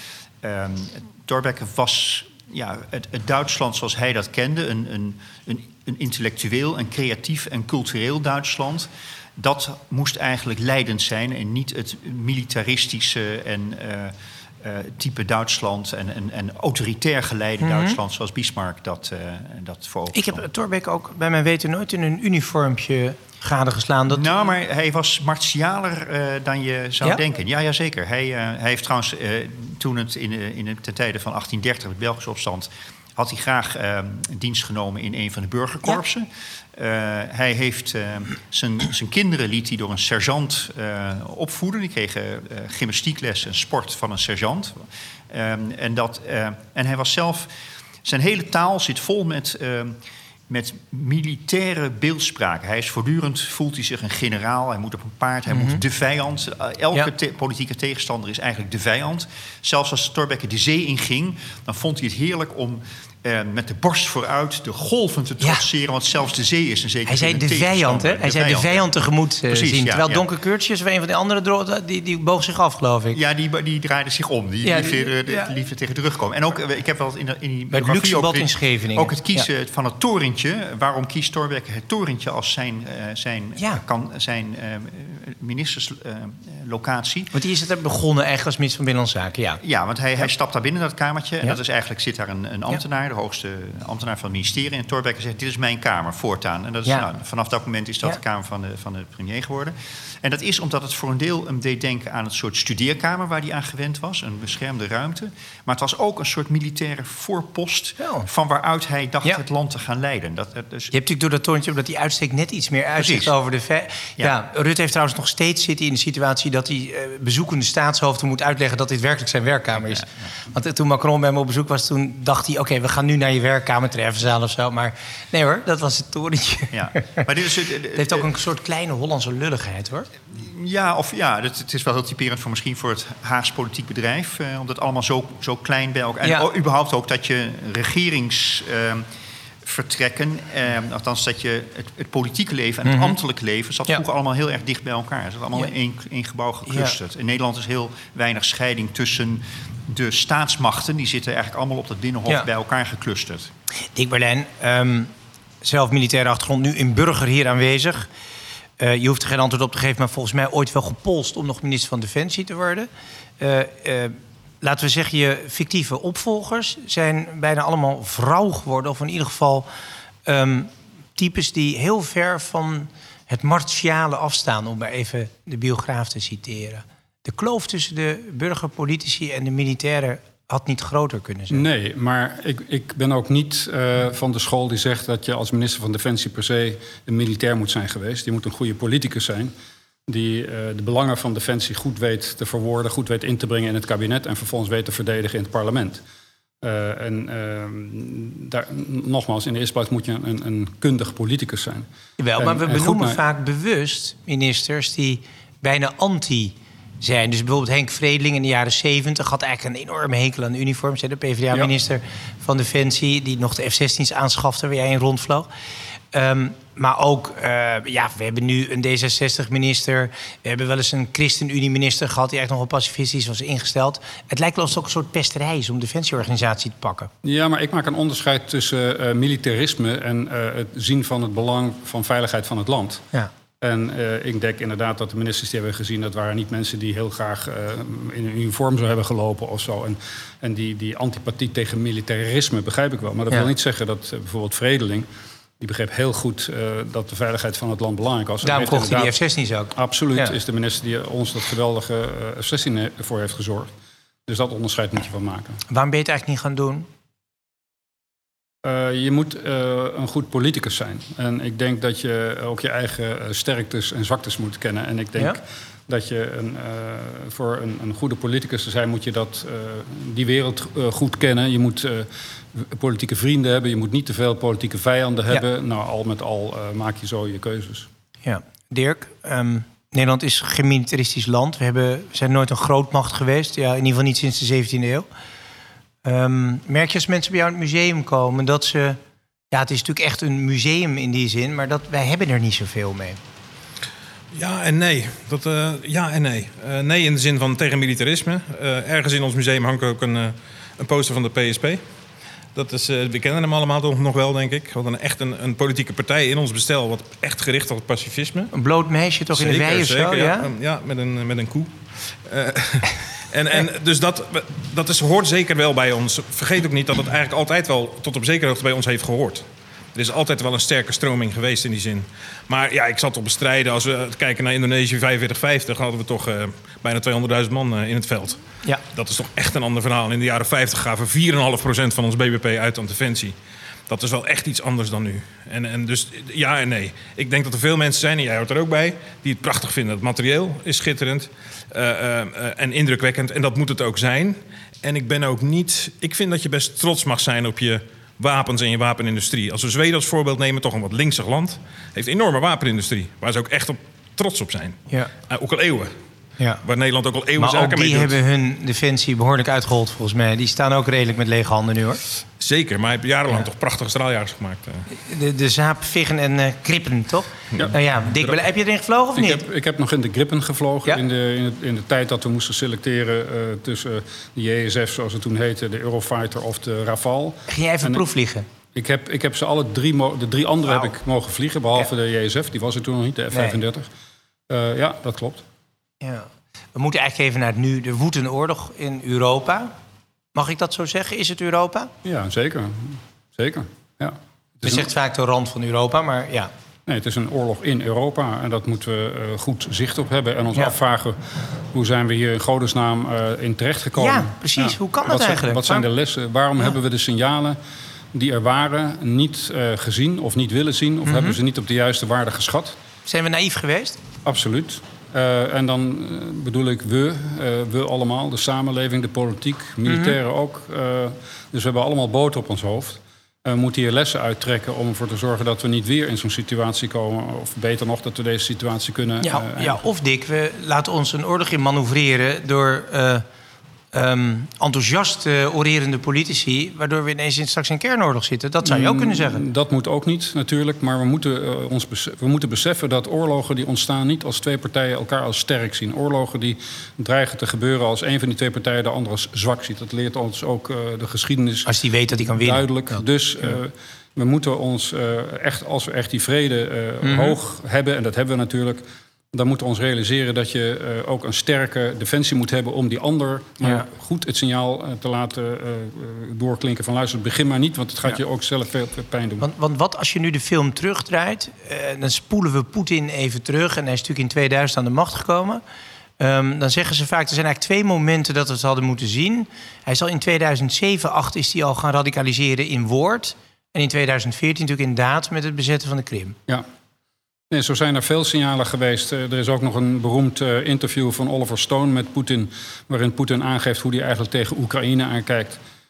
[SPEAKER 2] uh, um, Thorbecke was ja, het, het Duitsland zoals hij dat kende, een, een, een, een intellectueel, een creatief en cultureel Duitsland. Dat moest eigenlijk leidend zijn en niet het militaristische en uh, uh, type Duitsland en, en, en autoritair geleide mm-hmm. Duitsland zoals Bismarck dat, uh, dat voor ogen
[SPEAKER 1] Ik heb Thorbecke ook bij mijn weten nooit in een uniformpje gadegeslaan. Dat...
[SPEAKER 2] Nou, maar hij was martialer uh, dan je zou
[SPEAKER 1] ja?
[SPEAKER 2] denken. Ja, ja zeker. Hij, uh, hij heeft trouwens uh, toen het in, uh, in de, ten tijde van achttien dertig, de Belgische opstand, had hij graag uh, dienst genomen in een van de burgerkorpsen. Ja. Uh, hij heeft uh, zijn, zijn kinderen liet hij door een sergeant uh, opvoeden. Die kregen uh, gymnastiekles en sport van een sergeant. Uh, en, dat, uh, en hij was zelf... Zijn hele taal zit vol met... Uh, met militaire beeldspraak. Hij is voortdurend, voelt hij zich een generaal. Hij moet op een paard, hij mm-hmm. moet de vijand. Elke ja. te- politieke tegenstander is eigenlijk de vijand. Zelfs als Thorbecke de zee inging, dan vond hij het heerlijk om eh, met de borst vooruit de golven te trotseren. Ja. Want zelfs de zee is een zeker.
[SPEAKER 1] Hij zei de vijand, hè? Hij de zei vijand, de vijand tegemoet uh, Precies, zien. Ja, terwijl ja. Donker Curtius, een van de andere droden, die, die boog zich af, geloof ik.
[SPEAKER 2] Ja, die, die draaide zich om. Die, ja, die, die weer, ja. liefde tegen terugkomen. En ook, ik heb wel in, in die
[SPEAKER 1] bij het Luxebad in Scheveningen.
[SPEAKER 2] Ook het kiezen ja. van het torentje. Waarom kiest Thorbecke het torentje als zijn, uh, zijn, ja. kan, zijn uh, ministerslocatie? Uh,
[SPEAKER 1] want die is het er begonnen eigenlijk als minister van Binnenlandse Zaken, ja.
[SPEAKER 2] Ja, want hij, ja. hij stapt daar binnen dat kamertje. En
[SPEAKER 1] ja.
[SPEAKER 2] dat is eigenlijk, zit daar een, een ambtenaar, ja. de hoogste ambtenaar van het ministerie. En Thorbecke zegt, dit is mijn kamer, voortaan. En dat is, ja. nou, vanaf dat moment is dat ja. de kamer van de, van de premier geworden. En dat is omdat het voor een deel hem deed denken aan het soort studeerkamer waar hij aan gewend was. Een beschermde ruimte. Maar het was ook een soort militaire voorpost ja. van waaruit hij dacht ja. het land te gaan leiden. Dat, dat, dus...
[SPEAKER 1] Je hebt natuurlijk door dat torentje, omdat hij uitsteekt, net iets meer uitzicht Precies. over de... Ve- ja. ja, Rutte heeft trouwens nog steeds zitten in de situatie dat hij uh, bezoekende staatshoofden moet uitleggen dat dit werkelijk zijn werkkamer is. Ja, ja. Want uh, toen Macron bij hem op bezoek was, toen dacht hij, oké, okay, we gaan nu naar je werkkamer, treffenzaal of zo. Maar nee hoor, dat was het torentje. Ja. Maar dit is, uh, het heeft ook een soort kleine Hollandse lulligheid, hoor.
[SPEAKER 2] Ja, of ja, het, het is wel heel typerend voor misschien voor het Haags politiek bedrijf. Uh, omdat het allemaal zo, zo klein bij elkaar... En ja. überhaupt ook dat je regeringsvertrekken... Uh, uh, althans dat je het, het politieke leven en het mm-hmm. ambtelijke leven... zat ja. vroeger allemaal heel erg dicht bij elkaar. Het zat allemaal ja. in één, één gebouw geclusterd. Ja. In Nederland is heel weinig scheiding tussen de staatsmachten. Die zitten eigenlijk allemaal op dat Binnenhof ja. bij elkaar geclusterd.
[SPEAKER 1] Dick Berlijn, um, zelf militaire achtergrond, nu in Burger hier aanwezig... Uh, je hoeft er geen antwoord op te geven, maar volgens mij ooit wel gepolst om nog minister van Defensie te worden. Uh, uh, laten we zeggen, je fictieve opvolgers zijn bijna allemaal vrouw geworden. Of in ieder geval um, types die heel ver van het martiale afstaan, om maar even de biograaf te citeren. De kloof tussen de burgerpolitici en de militairen had niet groter kunnen zijn.
[SPEAKER 3] Nee, maar ik, ik ben ook niet uh, van de school die zegt dat je als minister van Defensie per se een militair moet zijn geweest. Je moet een goede politicus zijn die uh, de belangen van Defensie goed weet te verwoorden, goed weet in te brengen in het kabinet en vervolgens weet te verdedigen in het parlement. Uh, en uh, daar, nogmaals, in de eerste plaats moet je een, een kundig politicus zijn.
[SPEAKER 1] Jawel,
[SPEAKER 3] en,
[SPEAKER 1] maar we benoemen
[SPEAKER 3] naar...
[SPEAKER 1] vaak bewust ministers die bijna anti zijn. Dus bijvoorbeeld Henk Vredeling in de jaren zeventig had eigenlijk een enorme hekel aan de uniforms. De P v d A-minister ja. van Defensie, die nog de F zestien's aanschafte waar jij in rondvloog. Um, maar ook, uh, ja, we hebben nu een D zesenzestig-minister. We hebben wel eens een ChristenUnie-minister gehad die echt nogal pacifistisch was ingesteld. Het lijkt wel alsof het ook een soort pesterij is om de defensieorganisatie te pakken.
[SPEAKER 3] Ja, maar ik maak een onderscheid tussen uh, militarisme en uh, het zien van het belang van veiligheid van het land.
[SPEAKER 1] Ja.
[SPEAKER 3] En uh, ik denk inderdaad dat de ministers die hebben gezien, dat waren niet mensen die heel graag uh, in een uniform zou hebben gelopen of zo. En, en die, die antipathie tegen militarisme begrijp ik wel. Maar dat
[SPEAKER 1] ja.
[SPEAKER 3] wil niet zeggen dat uh, bijvoorbeeld Vredeling, die begreep heel goed uh, dat de veiligheid van het land belangrijk was.
[SPEAKER 1] Daarom kocht hij die F zestien's ook.
[SPEAKER 3] Absoluut,
[SPEAKER 1] ja. is
[SPEAKER 3] de minister die ons dat geweldige uh, F zestien voor heeft gezorgd. Dus dat onderscheid moet je van maken.
[SPEAKER 1] Waarom ben je het eigenlijk niet gaan doen?
[SPEAKER 3] Uh, je moet uh, een goed politicus zijn. En ik denk dat je ook je eigen sterktes en zwaktes moet kennen. En ik denk ja? dat je een, uh, voor een, een goede politicus te zijn, moet je dat, uh, die wereld uh, goed kennen. Je moet uh, politieke vrienden hebben. Je moet niet te veel politieke vijanden ja. hebben. Nou, al met al uh, maak je zo je keuzes.
[SPEAKER 1] Ja, Dirk, um, Nederland is een gemilitaristisch land. We, hebben, we zijn nooit een grootmacht geweest. Ja, in ieder geval niet sinds de zeventiende eeuw. Um, merk je als mensen bij jou in het museum komen dat ze... Ja, het is natuurlijk echt een museum in die zin, maar dat, wij hebben er niet zoveel mee.
[SPEAKER 4] Ja en nee. Dat, uh, ja en nee. Uh, nee in de zin van tegen militarisme. Uh, ergens in ons museum hangt ook een, uh, een poster van de P S P. Dat is, uh, we kennen hem allemaal toch nog wel, denk ik. We hadden echt een, een politieke partij in ons bestel, wat echt gericht op het pacifisme.
[SPEAKER 1] Een bloot meisje toch zeker, in de wei of
[SPEAKER 4] zeker,
[SPEAKER 1] zo?
[SPEAKER 4] Ja,
[SPEAKER 1] ja?
[SPEAKER 4] ja met, een, met een koe. Uh, En, en dus dat, dat is, hoort zeker wel bij ons. Vergeet ook niet dat het eigenlijk altijd wel tot op zekere hoogte bij ons heeft gehoord. Er is altijd wel een sterke stroming geweest in die zin. Maar ja, ik zat op bestrijden. Als we kijken naar Indonesië vijfenveertig vijftig... hadden we toch uh, bijna tweehonderdduizend man uh, in het veld. Ja. Dat is toch echt een ander verhaal. In de jaren vijftig gaven we vier komma vijf procent van ons B B P uit aan defensie. Dat is wel echt iets anders dan nu. En, en dus ja en nee. Ik denk dat er veel mensen zijn, en jij hoort er ook bij, die het prachtig vinden. Het materieel is schitterend uh, uh, uh, en indrukwekkend. En dat moet het ook zijn. En ik ben ook niet... Ik vind dat je best trots mag zijn op je wapens en je wapenindustrie. Als we Zweden als voorbeeld nemen, toch een wat linksig land, heeft een enorme wapenindustrie. Waar ze ook echt op trots op zijn. Ja. Uh, ook al eeuwen. Ja. Waar Nederland ook al eeuwen zaken mee doet.
[SPEAKER 1] Maar ook die hebben hun defensie behoorlijk uitgehold volgens mij. Die staan ook redelijk met lege handen nu hoor.
[SPEAKER 4] Zeker, maar hij heeft jarenlang ja. toch prachtige straaljagers gemaakt.
[SPEAKER 1] De, de Zaap, Viggen en uh, Gripen, toch? Ja. Nou ja, Dick, heb je erin gevlogen of
[SPEAKER 3] ik
[SPEAKER 1] niet?
[SPEAKER 3] Heb, ik heb nog in de Gripen gevlogen. Ja? In, de, in, het, in de tijd dat we moesten selecteren uh, tussen de J S F, zoals het toen heette, de Eurofighter of de Rafale.
[SPEAKER 1] Ging jij even en proefvliegen?
[SPEAKER 3] Ik heb, ik heb ze alle drie, de drie andere wow. heb ik mogen vliegen, behalve ja. de J S F. Die was er toen nog niet, de F vijfendertig. Nee. Uh, ja, dat klopt.
[SPEAKER 1] Ja. We moeten eigenlijk even naar het nu. Er woedt een oorlog in Europa. Mag ik dat zo zeggen? Is het Europa?
[SPEAKER 3] Ja, zeker. Zeker, ja.
[SPEAKER 1] Je zegt een... vaak de rand van Europa, maar ja.
[SPEAKER 3] Nee, het is een oorlog in Europa. En dat moeten we uh, goed zicht op hebben. En ons ja. afvragen, hoe zijn we hier in godesnaam uh, in terechtgekomen?
[SPEAKER 1] Ja, precies. Ja. Hoe kan dat
[SPEAKER 3] wat
[SPEAKER 1] eigenlijk?
[SPEAKER 3] Zijn, wat zijn de lessen? Waarom ja. hebben we de signalen die er waren niet uh, gezien of niet willen zien? Of mm-hmm. hebben ze niet op de juiste waarde geschat?
[SPEAKER 1] Zijn we naïef geweest?
[SPEAKER 3] Absoluut. Uh, en dan uh, bedoel ik we, uh, we allemaal, de samenleving, de politiek, militairen mm-hmm. ook. Uh, dus we hebben allemaal boter op ons hoofd. Uh, we moeten hier lessen uittrekken om ervoor te zorgen dat we niet weer in zo'n situatie komen. Of beter nog, dat we deze situatie kunnen...
[SPEAKER 1] Ja,
[SPEAKER 3] uh,
[SPEAKER 1] ja of Dick, we laten ons een oorlog in manoeuvreren door uh, um, enthousiast uh, orerende politici, waardoor we ineens in straks in kernoorlog zitten. Dat zou je ook kunnen zeggen.
[SPEAKER 3] Dat moet ook niet, natuurlijk. Maar we moeten, uh, ons bes- we moeten beseffen dat oorlogen die ontstaan niet als twee partijen elkaar als sterk zien. Oorlogen die dreigen te gebeuren als een van die twee partijen de andere als zwak ziet. Dat leert ons ook uh, de geschiedenis.
[SPEAKER 1] Als die weet dat hij kan winnen.
[SPEAKER 3] Duidelijk. Ja. Dus uh, we moeten ons uh, echt, als we echt die vrede uh, mm-hmm. hoog hebben, en dat hebben we natuurlijk, dan moeten we ons realiseren dat je uh, ook een sterke defensie moet hebben om die ander maar ja. goed het signaal uh, te laten uh, doorklinken van luister, begin maar niet, want het gaat ja. je ook zelf veel pijn doen.
[SPEAKER 1] Want, want wat als je nu de film terugdraait, uh, dan spoelen we Poetin even terug en hij is natuurlijk in tweeduizend aan de macht gekomen. Um, dan zeggen ze vaak, er zijn eigenlijk twee momenten dat we het hadden moeten zien. Hij is al in tweeduizend zeven, acht is hij al gaan radicaliseren in woord. En in tweeduizend veertien natuurlijk in daad met het bezetten van de Krim.
[SPEAKER 3] Ja. Nee, zo zijn er veel signalen geweest. Er is ook nog een beroemd uh, interview van Oliver Stone met Poetin, waarin Poetin aangeeft hoe hij eigenlijk tegen Oekraïne aankijkt.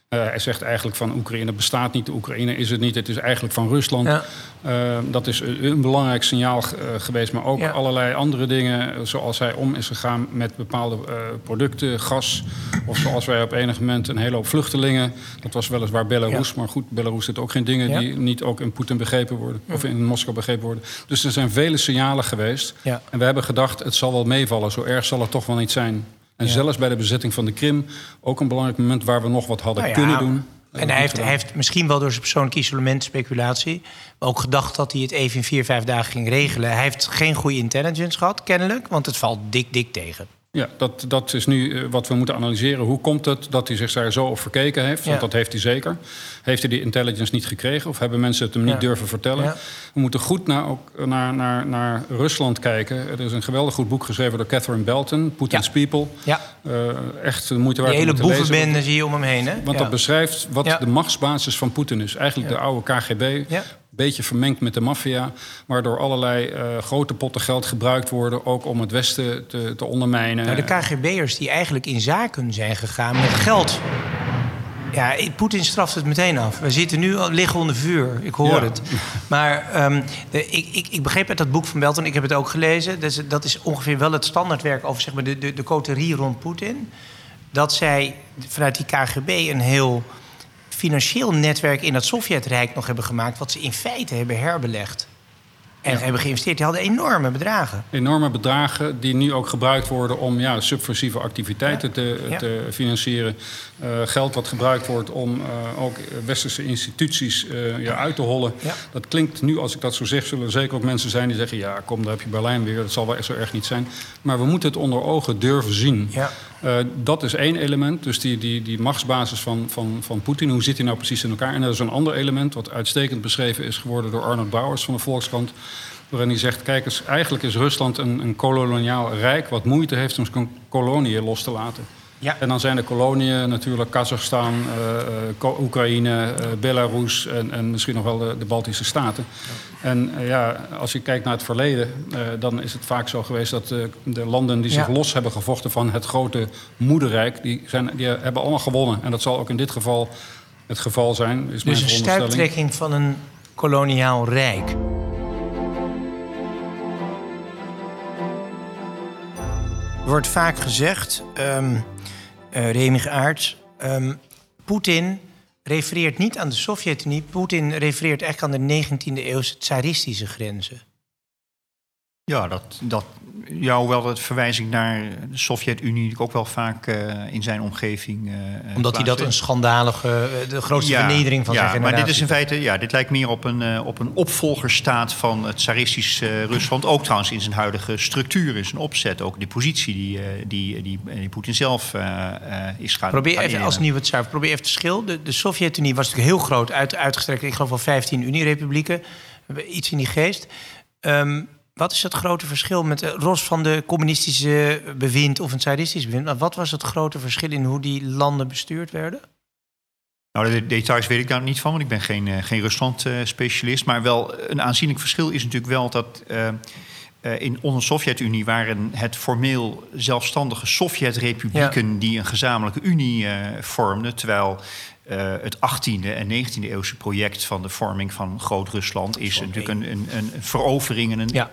[SPEAKER 3] Uh, hij zegt eigenlijk van Oekraïne bestaat niet, Oekraïne is het niet, het is eigenlijk van Rusland. Ja. Uh, dat is een, een belangrijk signaal uh, geweest, maar ook ja. allerlei andere dingen, zoals hij om is gegaan met bepaalde uh, producten, gas, of zoals wij op enig moment een hele hoop vluchtelingen, dat was weliswaar Belarus, ja. maar goed, Belarus zit ook geen dingen ja. die niet ook in Poetin begrepen worden, ja. of in Moskou begrepen worden. Dus er zijn vele signalen geweest ja. en we hebben gedacht, het zal wel meevallen, zo erg zal het toch wel niet zijn. En ja. zelfs bij de bezetting van de Krim, ook een belangrijk moment waar we nog wat hadden nou ja, kunnen doen.
[SPEAKER 1] En hij heeft, hij heeft misschien wel door zijn persoonlijke isolement, speculatie, ook gedacht dat hij het even in vier, vijf dagen ging regelen. Hij heeft geen goede intelligence gehad, kennelijk, want het valt dik, dik tegen.
[SPEAKER 3] Ja, dat, dat is nu uh, wat we moeten analyseren. Hoe komt het dat hij zich daar zo op verkeken heeft? Want ja. dat heeft hij zeker. Heeft hij die intelligence niet gekregen? Of hebben mensen het hem niet ja. durven vertellen? Ja. We moeten goed naar, ook naar, naar, naar Rusland kijken. Er is een geweldig goed boek geschreven door Catherine Belton, Putin's ja. People. Ja. Uh, echt de moeite waard om te lezen.
[SPEAKER 1] Die hele boevenbende zie je om hem heen, hè?
[SPEAKER 3] Want
[SPEAKER 1] ja.
[SPEAKER 3] dat beschrijft wat ja. de machtsbasis van Poetin is. Eigenlijk ja. de oude K G B. Ja. Beetje vermengd met de maffia, waardoor allerlei uh, grote potten geld gebruikt worden, ook om het Westen te, te ondermijnen.
[SPEAKER 1] Nou, de K G B'ers die eigenlijk in zaken zijn gegaan met geld. Ja, Poetin straft het meteen af. We zitten nu al liggen onder vuur. Ik hoor ja. het. Maar um, de, ik, ik, ik begreep uit dat boek van Belton, ik heb het ook gelezen, dat is, dat is ongeveer wel het standaardwerk over zeg maar, de, de, de coterie rond Poetin. Dat zij vanuit die K G B een heel financieel netwerk in het Sovjetrijk nog hebben gemaakt, wat ze in feite hebben herbelegd. En ja. hebben geïnvesteerd. Die hadden enorme bedragen.
[SPEAKER 3] Enorme bedragen die nu ook gebruikt worden om ja, subversieve activiteiten ja. te, ja. te financieren. Uh, geld wat gebruikt wordt om uh, ook westerse instituties uh, ja, uit te hollen. Ja. Dat klinkt nu, als ik dat zo zeg, zullen er zeker ook mensen zijn die zeggen, ja, kom, daar heb je Berlijn weer. Dat zal wel zo erg niet zijn. Maar we moeten het onder ogen durven zien. Ja. Uh, dat is één element, dus die, die, die machtsbasis van, van, van Poetin. Hoe zit hij nou precies in elkaar? En dat is een ander element wat uitstekend beschreven is geworden door Arnold Brouwers van de Volkskrant. Waarin hij zegt, kijk eens, eigenlijk is Rusland een, een koloniaal rijk wat moeite heeft om zijn koloniën los te laten. Ja. En dan zijn de koloniën natuurlijk Kazachstan, uh, Oekraïne, uh, Belarus en, en misschien nog wel de, de Baltische Staten. Ja. En uh, ja, als je kijkt naar het verleden, uh, dan is het vaak zo geweest dat uh, de landen die zich ja. los hebben gevochten van het grote moederrijk, die, zijn, die hebben allemaal gewonnen. En dat zal ook in dit geval het geval zijn. Is
[SPEAKER 1] dus een stuiptrekking van een koloniaal rijk. Er wordt vaak gezegd, um, uh, Remig Aerts, um, Poetin refereert niet aan de Sovjet-Unie. Poetin refereert eigenlijk aan de negentiende eeuwse tsaristische grenzen.
[SPEAKER 2] Ja, dat, dat, ja, hoewel dat verwijzing naar de Sovjet-Unie ook wel vaak uh, in zijn omgeving uh,
[SPEAKER 1] Omdat hij dat een schandalige, de grootste ja, vernedering van
[SPEAKER 2] ja,
[SPEAKER 1] zijn generatie.
[SPEAKER 2] Maar dit is in feite, ja, dit lijkt meer op een, uh, op een opvolgerstaat van het tsaristisch uh, Rusland. Ook trouwens in zijn huidige structuur, in zijn opzet. Ook de positie die, uh, die, die, die Poetin zelf uh, uh, is gaan.
[SPEAKER 1] Probeer even, als nieuw het zuiver, probeer even het verschil. De, de Sovjet-Unie was natuurlijk heel groot, uit, uitgestrekt. Ik geloof wel vijftien Unierepublieken. Iets in die geest. Um, Wat is het grote verschil met uh, los van de communistische bewind of een tsaristisch bewind? Maar wat was het grote verschil in hoe die landen bestuurd werden?
[SPEAKER 2] Nou, de details weet ik daar niet van, want ik ben geen, uh, geen Rusland-specialist. Maar wel een aanzienlijk verschil is natuurlijk wel dat uh, uh, in onze Sovjet-Unie waren het formeel zelfstandige Sovjet-republieken ja. die een gezamenlijke unie uh, vormden, terwijl Uh, het achttiende en negentiende eeuwse project van de vorming van Groot-Rusland is natuurlijk een, een, een verovering en een ja.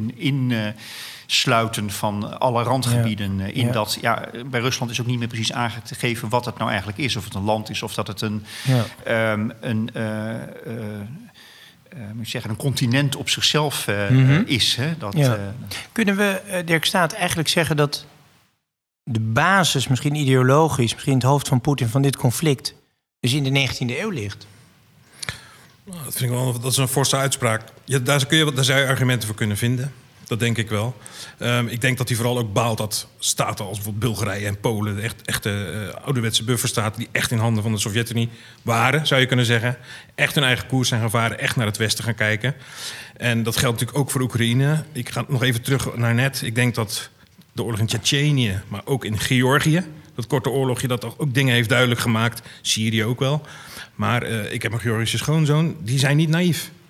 [SPEAKER 2] insluiten in, in van alle randgebieden ja. in ja. dat. Ja, bij Rusland is ook niet meer precies aangegeven wat het nou eigenlijk is. Of het een land is of dat het een, ja. um, een uh, uh, Uh, moet ik zeggen, een continent op zichzelf uh, mm-hmm. is. Hè? Dat,
[SPEAKER 1] ja.
[SPEAKER 2] uh,
[SPEAKER 1] Kunnen we, uh, Dirk Staat, eigenlijk zeggen dat de basis, misschien ideologisch, misschien het hoofd van Poetin van dit conflict, dus in de negentiende eeuw ligt?
[SPEAKER 4] Nou, dat vind ik wel, dat is een forse uitspraak. Ja, daar, kun je, daar zou je argumenten voor kunnen vinden. Dat denk ik wel. Um, ik denk dat hij vooral ook baalt dat staten als bijvoorbeeld Bulgarije en Polen, echt echte uh, ouderwetse bufferstaten die echt in handen van de Sovjet-Unie waren, zou je kunnen zeggen, echt hun eigen koers zijn gevaren, echt naar het westen gaan kijken. En dat geldt natuurlijk ook voor Oekraïne. Ik ga nog even terug naar net. Ik denk dat de oorlog in Tsjetsjenië, maar ook in Georgië, dat korte oorlogje dat ook dingen heeft duidelijk gemaakt. Syrië ook wel. Maar uh, ik heb een Georgische schoonzoon, die zijn niet naïef.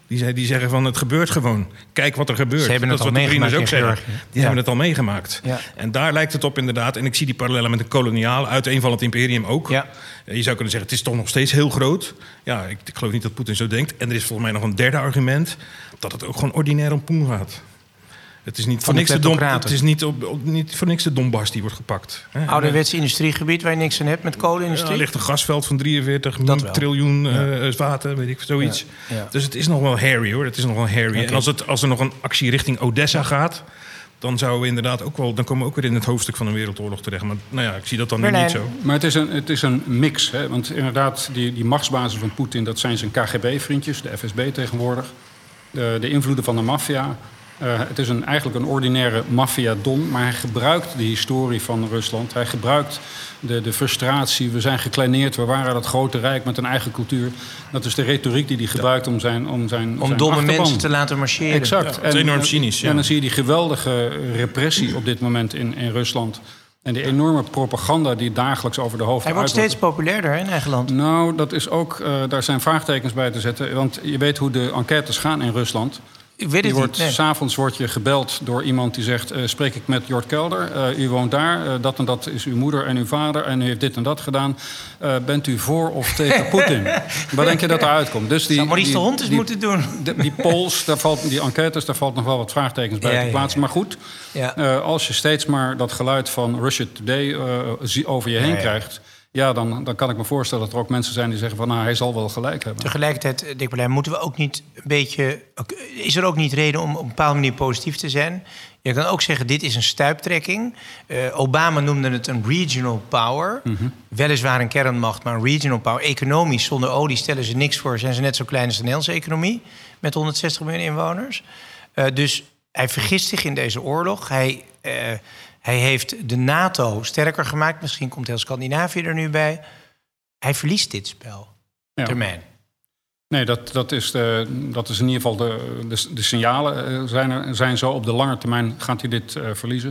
[SPEAKER 4] Die, zei, die zeggen van het gebeurt gewoon. Kijk wat er gebeurt.
[SPEAKER 1] Ze hebben
[SPEAKER 4] dat
[SPEAKER 1] het
[SPEAKER 4] is
[SPEAKER 1] al
[SPEAKER 4] wat de Oekraïners ook
[SPEAKER 1] meegemaakt
[SPEAKER 4] zeggen.
[SPEAKER 1] in Georgië.
[SPEAKER 4] Die
[SPEAKER 1] Ja.
[SPEAKER 4] hebben het al meegemaakt.
[SPEAKER 1] Ja.
[SPEAKER 4] En daar lijkt het op inderdaad. En ik zie die parallellen met een koloniaal uiteenvallend imperium ook.
[SPEAKER 1] Ja.
[SPEAKER 4] Je zou kunnen zeggen, het is toch nog steeds heel groot. Ja, ik, ik geloof niet dat Poetin zo denkt. En er is volgens mij nog een derde argument. Dat het ook gewoon ordinair om poen gaat. Het is niet voor
[SPEAKER 1] de
[SPEAKER 4] niks de dom,
[SPEAKER 1] kleptocraten.
[SPEAKER 4] het is niet, op, op- niet voor niks de Donbass die wordt gepakt. Hè?
[SPEAKER 1] Ouderwets industriegebied waar je niks aan hebt met
[SPEAKER 4] Ja,
[SPEAKER 1] kolenindustrie.
[SPEAKER 4] er ligt een gasveld van drieënveertig
[SPEAKER 1] Dat wel.
[SPEAKER 4] triljoen
[SPEAKER 1] Ja.
[SPEAKER 4] eh vaten, weet ik, zoiets.
[SPEAKER 1] Ja, ja.
[SPEAKER 4] Dus het is nog wel hairy hoor. Het is nog wel hairy.
[SPEAKER 1] Oké.
[SPEAKER 4] En als, het, als er nog een actie richting Odessa gaat, dan zouden we inderdaad ook wel, dan komen we ook weer in het hoofdstuk van een wereldoorlog terecht. Maar nou ja, ik zie dat dan nu
[SPEAKER 1] Berlijn.
[SPEAKER 4] niet zo.
[SPEAKER 3] Maar het is een, het is een mix. Hè? Want inderdaad, die, die machtsbasis van Poetin, dat zijn zijn K G B-vriendjes, de F S B tegenwoordig. De, de invloeden van de maffia. Uh, het is een, eigenlijk een ordinaire maffia-don, maar hij gebruikt de historie van Rusland. Hij gebruikt de, de frustratie. We zijn gekleineerd, we waren dat grote rijk met een eigen cultuur. Dat is de retoriek die hij gebruikt om zijn om zijn
[SPEAKER 1] Om
[SPEAKER 3] zijn
[SPEAKER 1] domme
[SPEAKER 3] achterban.
[SPEAKER 1] mensen te laten marcheren.
[SPEAKER 3] Exact.
[SPEAKER 4] Ja, het is enorm cynisch, ja.
[SPEAKER 3] En dan zie je die geweldige repressie op dit moment in, in Rusland. En die enorme propaganda die dagelijks over de hoofden
[SPEAKER 1] Hij wordt
[SPEAKER 3] uit
[SPEAKER 1] steeds populairder hè, in eigen land.
[SPEAKER 3] Nou, dat is ook, uh, daar zijn vraagtekens bij te zetten. Want je weet hoe de enquêtes gaan in Rusland.
[SPEAKER 1] Ik weet
[SPEAKER 3] Je
[SPEAKER 1] het
[SPEAKER 3] wordt,
[SPEAKER 1] niet. Nee.
[SPEAKER 3] 's avonds word je gebeld door iemand die zegt... Uh, spreek ik met Jort Kelder, uh, u woont daar, uh, dat en dat is uw moeder en uw vader... en u heeft dit en dat gedaan. Uh, bent u voor of tegen Poetin? Waar denk je dat eruit komt? Dus die,
[SPEAKER 1] Zou Maurice
[SPEAKER 3] die,
[SPEAKER 1] de Hond eens
[SPEAKER 3] die,
[SPEAKER 1] moeten doen.
[SPEAKER 3] Die, die polls, daar valt, die enquêtes, daar valt nog wel wat vraagtekens bij
[SPEAKER 1] Ja,
[SPEAKER 3] te
[SPEAKER 1] ja,
[SPEAKER 3] plaatsen.
[SPEAKER 1] ja.
[SPEAKER 3] Maar goed,
[SPEAKER 1] Ja.
[SPEAKER 3] uh, als je steeds maar dat geluid van Russia Today uh, zie- over je heen
[SPEAKER 1] Ja, ja.
[SPEAKER 3] krijgt... ja, dan, dan kan ik me voorstellen dat er ook mensen zijn die zeggen van... nou, hij zal wel gelijk hebben.
[SPEAKER 1] Tegelijkertijd, Dick Berlijn, moeten we ook niet een beetje... Is er ook niet reden om op een bepaalde manier positief te zijn? Je kan ook zeggen, dit is een stuiptrekking. Uh, Obama noemde het een regional power.
[SPEAKER 3] Mm-hmm.
[SPEAKER 1] Weliswaar een kernmacht, maar een regional power. Economisch, zonder olie stellen ze niks voor. Zijn ze net zo klein als de Nederlandse economie. Met honderdzestig miljoen inwoners. Uh, dus hij vergist zich in deze oorlog. Hij... Uh, Hij heeft de NATO sterker gemaakt. Misschien komt heel Scandinavië er nu bij. Hij verliest dit spel.
[SPEAKER 3] Ja.
[SPEAKER 1] Termijn.
[SPEAKER 3] Nee, dat, dat, is de, dat is in ieder geval de, de, de signalen uh, zijn, er, zijn zo. Op de lange termijn gaat hij dit uh, verliezen.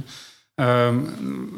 [SPEAKER 3] Um,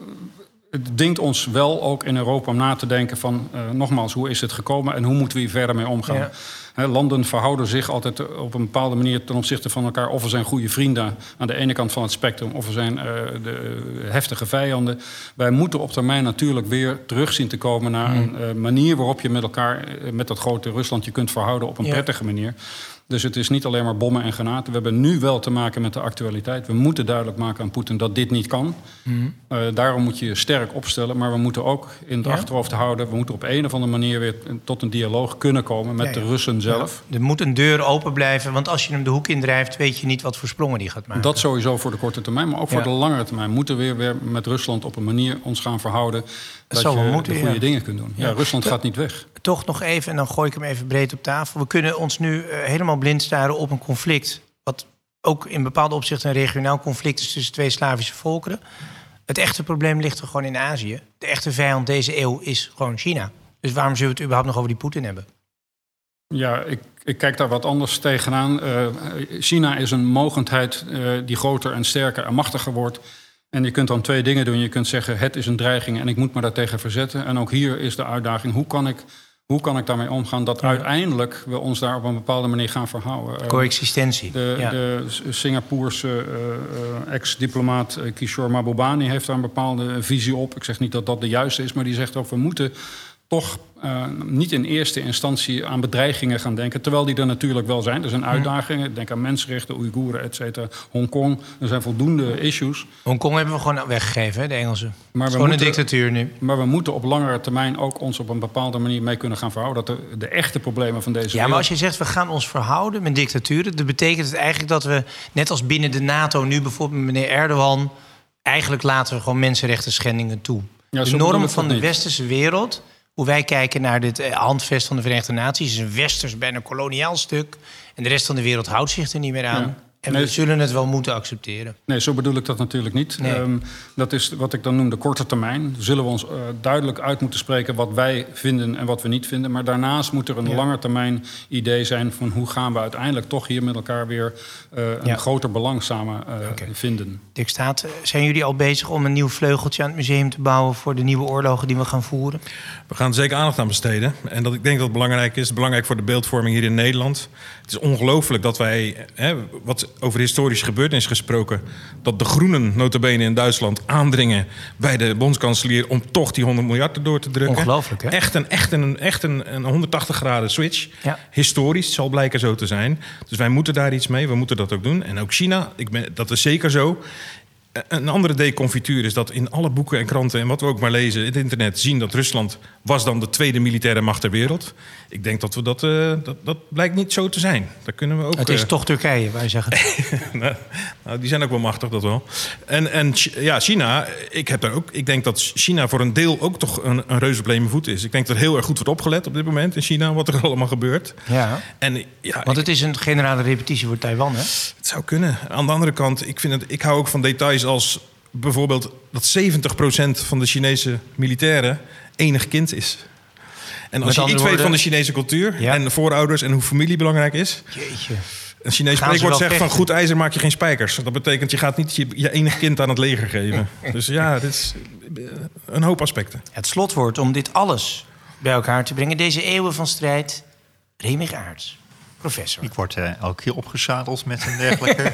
[SPEAKER 3] het dwingt ons wel ook in Europa om na te denken van... Uh, nogmaals, hoe is het gekomen en hoe moeten we hier verder mee omgaan?
[SPEAKER 1] Ja.
[SPEAKER 3] He, landen verhouden zich altijd op een bepaalde manier ten opzichte van elkaar... of we zijn goede vrienden aan de ene kant van het spectrum... of we zijn uh, de heftige vijanden. Wij moeten op termijn natuurlijk weer terug zien te komen... naar
[SPEAKER 1] Hmm.
[SPEAKER 3] een uh, manier waarop je met elkaar, uh, met dat grote Rusland... je kunt verhouden op een
[SPEAKER 1] Ja.
[SPEAKER 3] prettige manier. Dus het is niet alleen maar bommen en granaten. We hebben nu wel te maken met de actualiteit. We moeten duidelijk maken aan Poetin dat dit niet kan.
[SPEAKER 1] Hmm.
[SPEAKER 3] Uh, daarom moet je je sterk opstellen. Maar we moeten ook in het
[SPEAKER 1] Ja.
[SPEAKER 3] achterhoofd houden... we moeten op een of andere manier weer tot een dialoog kunnen komen... met
[SPEAKER 1] Ja, ja.
[SPEAKER 3] de Russen zelf.
[SPEAKER 1] Er moet een deur open blijven. Want als je hem de hoek indrijft, weet je niet wat voor sprongen die gaat maken.
[SPEAKER 3] Dat sowieso voor de korte termijn, maar ook voor
[SPEAKER 1] Ja.
[SPEAKER 3] de langere termijn. Moeten we weer, weer met Rusland op een manier ons gaan verhouden... dat
[SPEAKER 1] zal
[SPEAKER 3] je
[SPEAKER 1] wel moeten,
[SPEAKER 3] de goede
[SPEAKER 1] ja.
[SPEAKER 3] dingen kunt doen. Ja,
[SPEAKER 1] Ja.
[SPEAKER 3] Rusland gaat niet weg.
[SPEAKER 1] Toch nog even, en dan gooi ik hem even breed op tafel. We kunnen ons nu uh, helemaal blind staren op een conflict... wat ook in bepaalde opzichten een regionaal conflict is... tussen twee Slavische volkeren. Het echte probleem ligt er gewoon in Azië. De echte vijand deze eeuw is gewoon China. Dus waarom zullen we het überhaupt nog over die Poetin hebben?
[SPEAKER 3] Ja, ik, ik kijk daar wat anders tegenaan. Uh, China is een mogendheid uh, die groter en sterker en machtiger wordt... En je kunt dan twee dingen doen. Je kunt zeggen, het is een dreiging en ik moet me daartegen verzetten. En ook hier is de uitdaging, hoe kan ik, hoe kan ik daarmee omgaan... dat uiteindelijk we ons daar op een bepaalde manier gaan verhouden.
[SPEAKER 1] Coexistentie.
[SPEAKER 3] De,
[SPEAKER 1] ja.
[SPEAKER 3] de Singapoerse uh, uh, ex-diplomaat uh, Kishore Mahbubani heeft daar een bepaalde visie op. Ik zeg niet dat dat de juiste is, maar die zegt ook... we moeten toch uh, niet in eerste instantie aan bedreigingen gaan denken... terwijl die er natuurlijk wel zijn. Er zijn uitdagingen. Denk aan mensenrechten, Oeigoeren, et cetera. Hongkong. Er zijn voldoende issues.
[SPEAKER 1] Hongkong hebben we gewoon weggegeven, hè, de Engelsen.
[SPEAKER 3] Maar we
[SPEAKER 1] gewoon
[SPEAKER 3] moeten,
[SPEAKER 1] een dictatuur nu.
[SPEAKER 3] Maar we moeten op langere termijn ook ons op een bepaalde manier mee kunnen gaan verhouden. Dat de, de echte problemen van deze
[SPEAKER 1] Ja,
[SPEAKER 3] wereld...
[SPEAKER 1] maar als je zegt, we gaan ons verhouden met dictaturen... dan betekent het eigenlijk dat we, net als binnen de NATO... nu bijvoorbeeld met meneer Erdogan... eigenlijk laten we gewoon mensenrechten schendingen toe.
[SPEAKER 3] Ja,
[SPEAKER 1] de
[SPEAKER 3] zo bedoel
[SPEAKER 1] norm
[SPEAKER 3] ik
[SPEAKER 1] van
[SPEAKER 3] dat
[SPEAKER 1] de
[SPEAKER 3] niet.
[SPEAKER 1] westerse wereld... hoe wij kijken naar dit eh, handvest van de Verenigde Naties... is een westers, bijna koloniaal stuk. En de rest van de wereld houdt zich er niet meer aan.
[SPEAKER 3] Ja.
[SPEAKER 1] En nee, we zullen het wel moeten accepteren.
[SPEAKER 3] Nee, zo bedoel ik dat natuurlijk niet.
[SPEAKER 1] Nee.
[SPEAKER 3] Um, dat is wat ik dan noem de korte termijn. Zullen we ons uh, duidelijk uit moeten spreken wat wij vinden en wat we niet vinden. Maar daarnaast moet er een ja. lange termijn idee zijn van hoe gaan we uiteindelijk toch hier met elkaar weer uh, een ja. groter belang samen uh, okay. vinden.
[SPEAKER 1] Dick Staat, zijn jullie al bezig om een nieuw vleugeltje aan het museum te bouwen voor de nieuwe oorlogen die we gaan voeren?
[SPEAKER 4] We gaan er zeker aandacht aan besteden. En dat ik denk dat het belangrijk is, belangrijk voor de beeldvorming hier in Nederland. Het is ongelooflijk dat wij, hè, wat over historische gebeurtenis gesproken, dat de groenen nota bene in Duitsland aandringen bij de bondskanselier om toch die honderd miljard erdoor te drukken.
[SPEAKER 1] Ongelooflijk, hè?
[SPEAKER 4] Echt een, echt een, echt een, een honderdtachtig graden switch.
[SPEAKER 1] Ja.
[SPEAKER 4] Historisch zal blijken zo te zijn. Dus wij moeten daar iets mee, we moeten dat ook doen. En ook China, ik ben, dat is zeker zo. Een andere deconfituur is dat in alle boeken en kranten en wat we ook maar lezen, het internet, zien dat Rusland was dan de tweede militaire macht ter wereld. Ik denk dat we dat, uh, dat, dat blijkt niet zo te zijn. Daar kunnen we ook.
[SPEAKER 1] Het is
[SPEAKER 4] uh...
[SPEAKER 1] toch Turkije, wij zeggen.
[SPEAKER 4] nou, nou, die zijn ook wel machtig, dat wel. En, en ja, China, ik heb daar ook. Ik denk dat China voor een deel ook toch een, een reuze op leme voet is. Ik denk dat er heel erg goed wordt opgelet op dit moment in China, wat er allemaal gebeurt.
[SPEAKER 1] Ja.
[SPEAKER 4] En, ja,
[SPEAKER 1] Want het is een generale repetitie voor Taiwan, hè?
[SPEAKER 4] Het zou kunnen. Aan de andere kant, ik, vind het, ik hou ook van details als bijvoorbeeld dat zeventig procent van de Chinese militairen enig kind is. En als je iets woorden, weet van de Chinese cultuur ja. en de voorouders en hoe familie belangrijk is.
[SPEAKER 1] Jeetje.
[SPEAKER 4] Een Chinees spreekwoord zegt vechten? Van goed ijzer maak je geen spijkers. Dat betekent je gaat niet je, je enig kind aan het leger geven. Dus ja, dit is een hoop aspecten.
[SPEAKER 1] Het slotwoord om dit alles bij elkaar te brengen. Deze eeuwen van strijd. Remig Aerts. Professor.
[SPEAKER 2] Ik word uh, elke keer opgezadeld met een dergelijke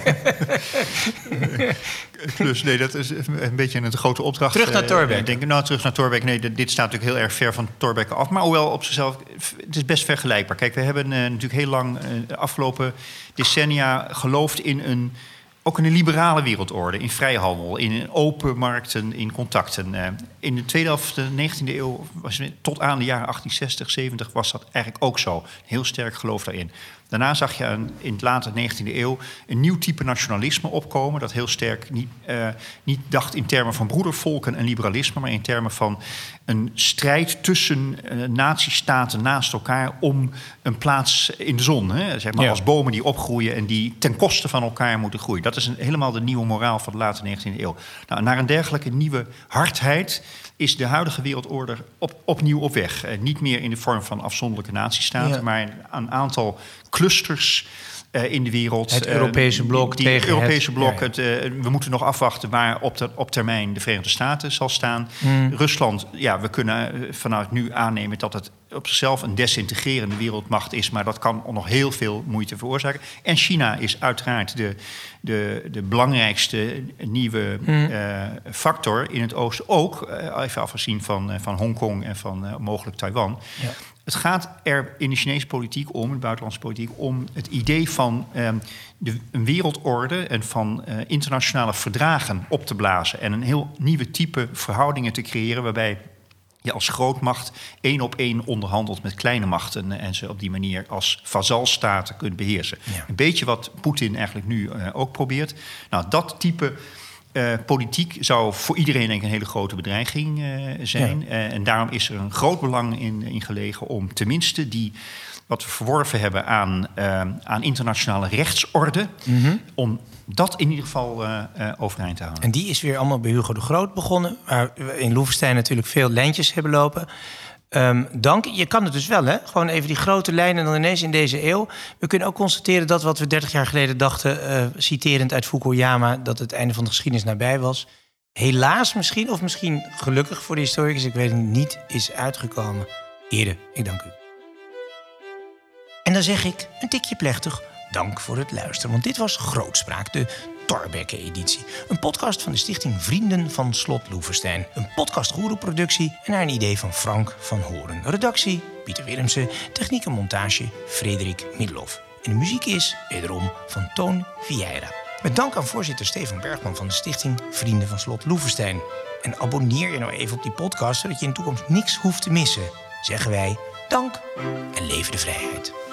[SPEAKER 2] klus. Nee, dat is een beetje een grote opdracht.
[SPEAKER 1] Terug naar Thorbecke.
[SPEAKER 2] Uh, denk, nou, terug naar Thorbecke. Nee, dit staat natuurlijk heel erg ver van Thorbecke af. Maar hoewel op zichzelf, het is best vergelijkbaar. Kijk, we hebben uh, natuurlijk heel lang, uh, de afgelopen decennia geloofd in een, ook in een liberale wereldorde, in vrijhandel, in open markten, in contacten. Uh, in de tweede helft van de negentiende eeuw, was, tot aan de jaren achttien zestig, zeventig, was dat eigenlijk ook zo. Heel sterk geloof daarin. Daarna zag je een, in het late negentiende eeuw een nieuw type nationalisme opkomen, dat heel sterk niet, uh, niet dacht in termen van broedervolken en liberalisme, maar in termen van een strijd tussen uh, nazistaten naast elkaar om een plaats in de zon. Hè? Zeg maar ja. Als bomen die opgroeien en die ten koste van elkaar moeten groeien. Dat is een, helemaal de nieuwe moraal van de late negentiende eeuw. Nou, naar een dergelijke nieuwe hardheid is de huidige wereldorde op, opnieuw op weg. Uh, niet meer in de vorm van afzonderlijke natiestaten, ja. maar een aantal clusters uh, in de wereld.
[SPEAKER 1] Het Europese blok
[SPEAKER 2] uh, die,
[SPEAKER 1] tegen
[SPEAKER 2] het Europese
[SPEAKER 1] het,
[SPEAKER 2] blok.
[SPEAKER 1] Ja.
[SPEAKER 2] Het, uh, we moeten nog afwachten waar op, de, op termijn de Verenigde Staten zal staan.
[SPEAKER 1] Mm.
[SPEAKER 2] Rusland, ja, we kunnen uh, vanuit nu aannemen dat het op zichzelf een desintegrerende wereldmacht is, maar dat kan nog heel veel moeite veroorzaken. En China is uiteraard de, de, de belangrijkste nieuwe mm. uh, factor in het oosten. Ook, uh, even afgezien van, uh, van Hongkong en van uh, mogelijk Taiwan. Ja. Het gaat er in de Chinese politiek om, de buitenlandse politiek, om het idee van um, de, een wereldorde en van uh, internationale verdragen op te blazen. En een heel nieuwe type verhoudingen te creëren waarbij je als grootmacht één op één onderhandelt met kleine machten en ze op die manier als vazalstaten kunt beheersen. Ja. Een beetje wat Poetin eigenlijk nu uh, ook probeert. Nou, dat type Uh, politiek zou voor iedereen denk ik een hele grote bedreiging uh, zijn. Ja. Uh, en daarom is er een groot belang in, in gelegen om tenminste die wat we verworven hebben aan, uh, aan internationale rechtsorde, mm-hmm. om dat in ieder geval uh, uh, overeind te houden.
[SPEAKER 1] En die is weer allemaal bij Hugo de Groot begonnen, waar we in Loevestein natuurlijk veel lijntjes hebben lopen. Um, dank. Je kan het dus wel, hè? Gewoon even die grote lijnen dan ineens in deze eeuw. We kunnen ook constateren dat wat we dertig jaar geleden dachten, uh, citerend uit Fukuyama, dat het einde van de geschiedenis nabij was, helaas misschien, of misschien gelukkig voor de historicus, ik weet het niet, is uitgekomen. Heren, ik dank u. En dan zeg ik, een tikje plechtig, dank voor het luisteren. Want dit was Grootspraak, de Thorbecke-editie. Een podcast van de stichting Vrienden van Slot Loevestein. Een podcast-goeroe-productie en naar een idee van Frank van Horen. Redactie, Pieter Willemsen. Techniek en montage, Frederik Middelhoff. En de muziek is, wederom, van Toon Vieira. Met dank aan voorzitter Stefan Bergman van de stichting Vrienden van Slot Loevestein. En abonneer je nou even op die podcast, zodat je in de toekomst niks hoeft te missen. Zeggen wij dank en leven de vrijheid.